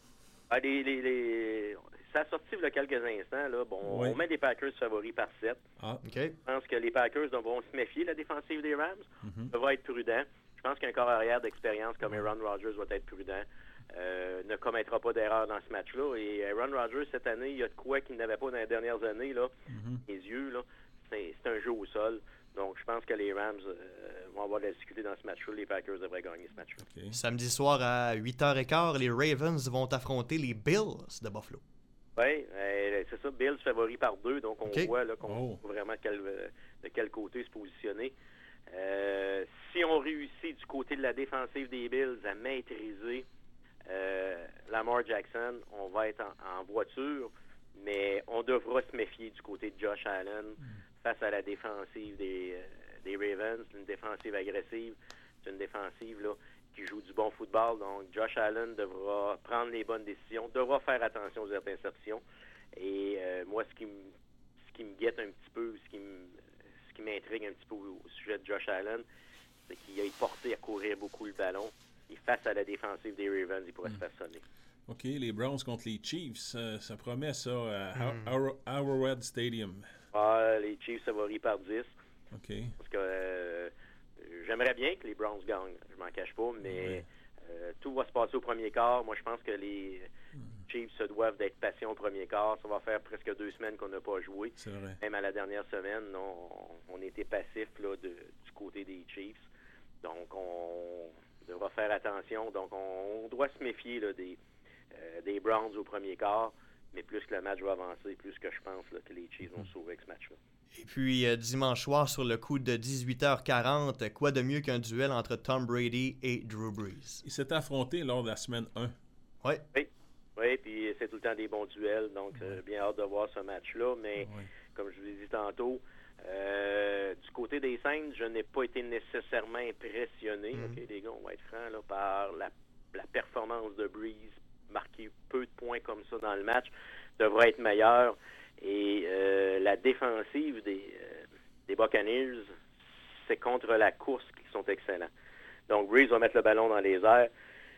Ah, les, les, les... Ça a sorti il y a quelques instants. Là. Bon, oui. On met les Packers favoris par sept. Ah, OK. Je pense que les Packers devront se méfier de la défensive des Rams. Mm-hmm. Devront être prudents. Je pense qu'un corps arrière d'expérience comme Aaron Rodgers va être prudent. Euh, ne commettra pas d'erreur dans ce match-là. Et Aaron Rodgers, cette année, il y a de quoi qu'il n'avait pas dans les dernières années. Là. Mm-hmm. Les yeux, là, c'est, c'est un jeu au sol. Donc, je pense que les Rams euh, vont avoir de la difficulté dans ce match-là. Les Packers devraient gagner ce match-là. Okay. Samedi soir à huit heures quinze, les Ravens vont affronter les Bills de Buffalo. Oui, euh, c'est ça. Bills favori par deux. Donc, on okay. voit là, qu'on oh. voit vraiment quel, de quel côté se positionner. Euh, si on réussit du côté de la défensive des Bills à maîtriser euh, Lamar Jackson, on va être en, en voiture, mais on devra se méfier du côté de Josh Allen. Mm. Face à la défensive des, euh, des Ravens, une défensive agressive, c'est une défensive là, qui joue du bon football. Donc, Josh Allen devra prendre les bonnes décisions, devra faire attention aux interceptions. Et euh, moi, ce qui, m, ce qui me guette un petit peu, ce qui, m, ce qui m'intrigue un petit peu au, au sujet de Josh Allen, c'est qu'il a été porté à courir beaucoup le ballon. Et face à la défensive des Ravens, il pourrait mm. se faire sonner. OK, les Browns contre les Chiefs, ça, ça promet ça à mm. Ar- Arrowhead Stadium. Ah, les Chiefs favoris par dix. OK. Parce que euh, j'aimerais bien que les Browns gagnent, je m'en cache pas, mais oui. euh, tout va se passer au premier quart. Moi, je pense que les mm. Chiefs se doivent d'être patients au premier quart. Ça va faire presque deux semaines qu'on n'a pas joué. C'est vrai. Même à la dernière semaine, on, on était passifs là, de, du côté des Chiefs. Donc, on devra faire attention. Donc, on, on doit se méfier là, des, euh, des Browns au premier quart. Mais plus que le match va avancer, plus que je pense là, que les Chiefs vont sauver avec ce match-là. Et puis, euh, dimanche soir, sur le coup de dix-huit heures quarante, quoi de mieux qu'un duel entre Tom Brady et Drew Brees? Ils s'étaient affrontés lors de la semaine un. Oui. Oui, oui, puis c'est tout le temps des bons duels, donc oui. euh, bien hâte de voir ce match-là. Mais, oui. comme je vous l'ai dit tantôt, euh, du côté des Saints, je n'ai pas été nécessairement impressionné, mm-hmm. OK, les gars, on va être francs, là, par la, la performance de Brees. Marquer peu de points comme ça dans le match devrait être meilleur. Et euh, la défensive des, euh, des Buccaneers, c'est contre la course qu'ils sont excellents. Donc, Brees va mettre le ballon dans les airs.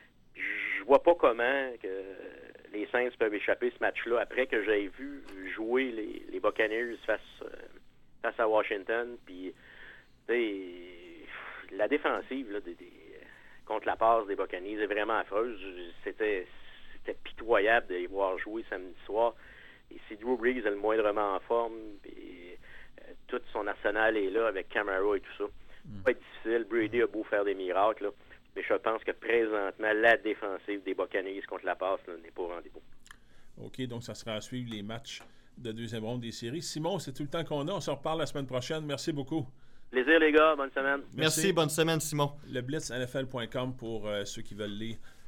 Je vois pas comment que les Saints peuvent échapper ce match-là après que j'aie vu jouer les, les Buccaneers face, euh, face à Washington. Puis, la défensive là, des, des, contre la passe des Buccaneers est vraiment affreuse. C'était, c'était pitoyable de les voir jouer samedi soir. Et si Drew Brees est le moindrement en forme, puis euh, tout son arsenal est là avec Camara et tout ça, mm. ça va être difficile. Brady a beau faire des miracles, là, mais je pense que présentement, la défensive des Buccaneers contre la passe là, n'est pas au rendez-vous. OK, donc ça sera à suivre les matchs de deuxième ronde des séries. Simon, c'est tout le temps qu'on a. On se reparle la semaine prochaine. Merci beaucoup. Plaisir, les gars. Bonne semaine. Merci, Merci bonne semaine, Simon. Le blitz N F L point com pour euh, ceux qui veulent lire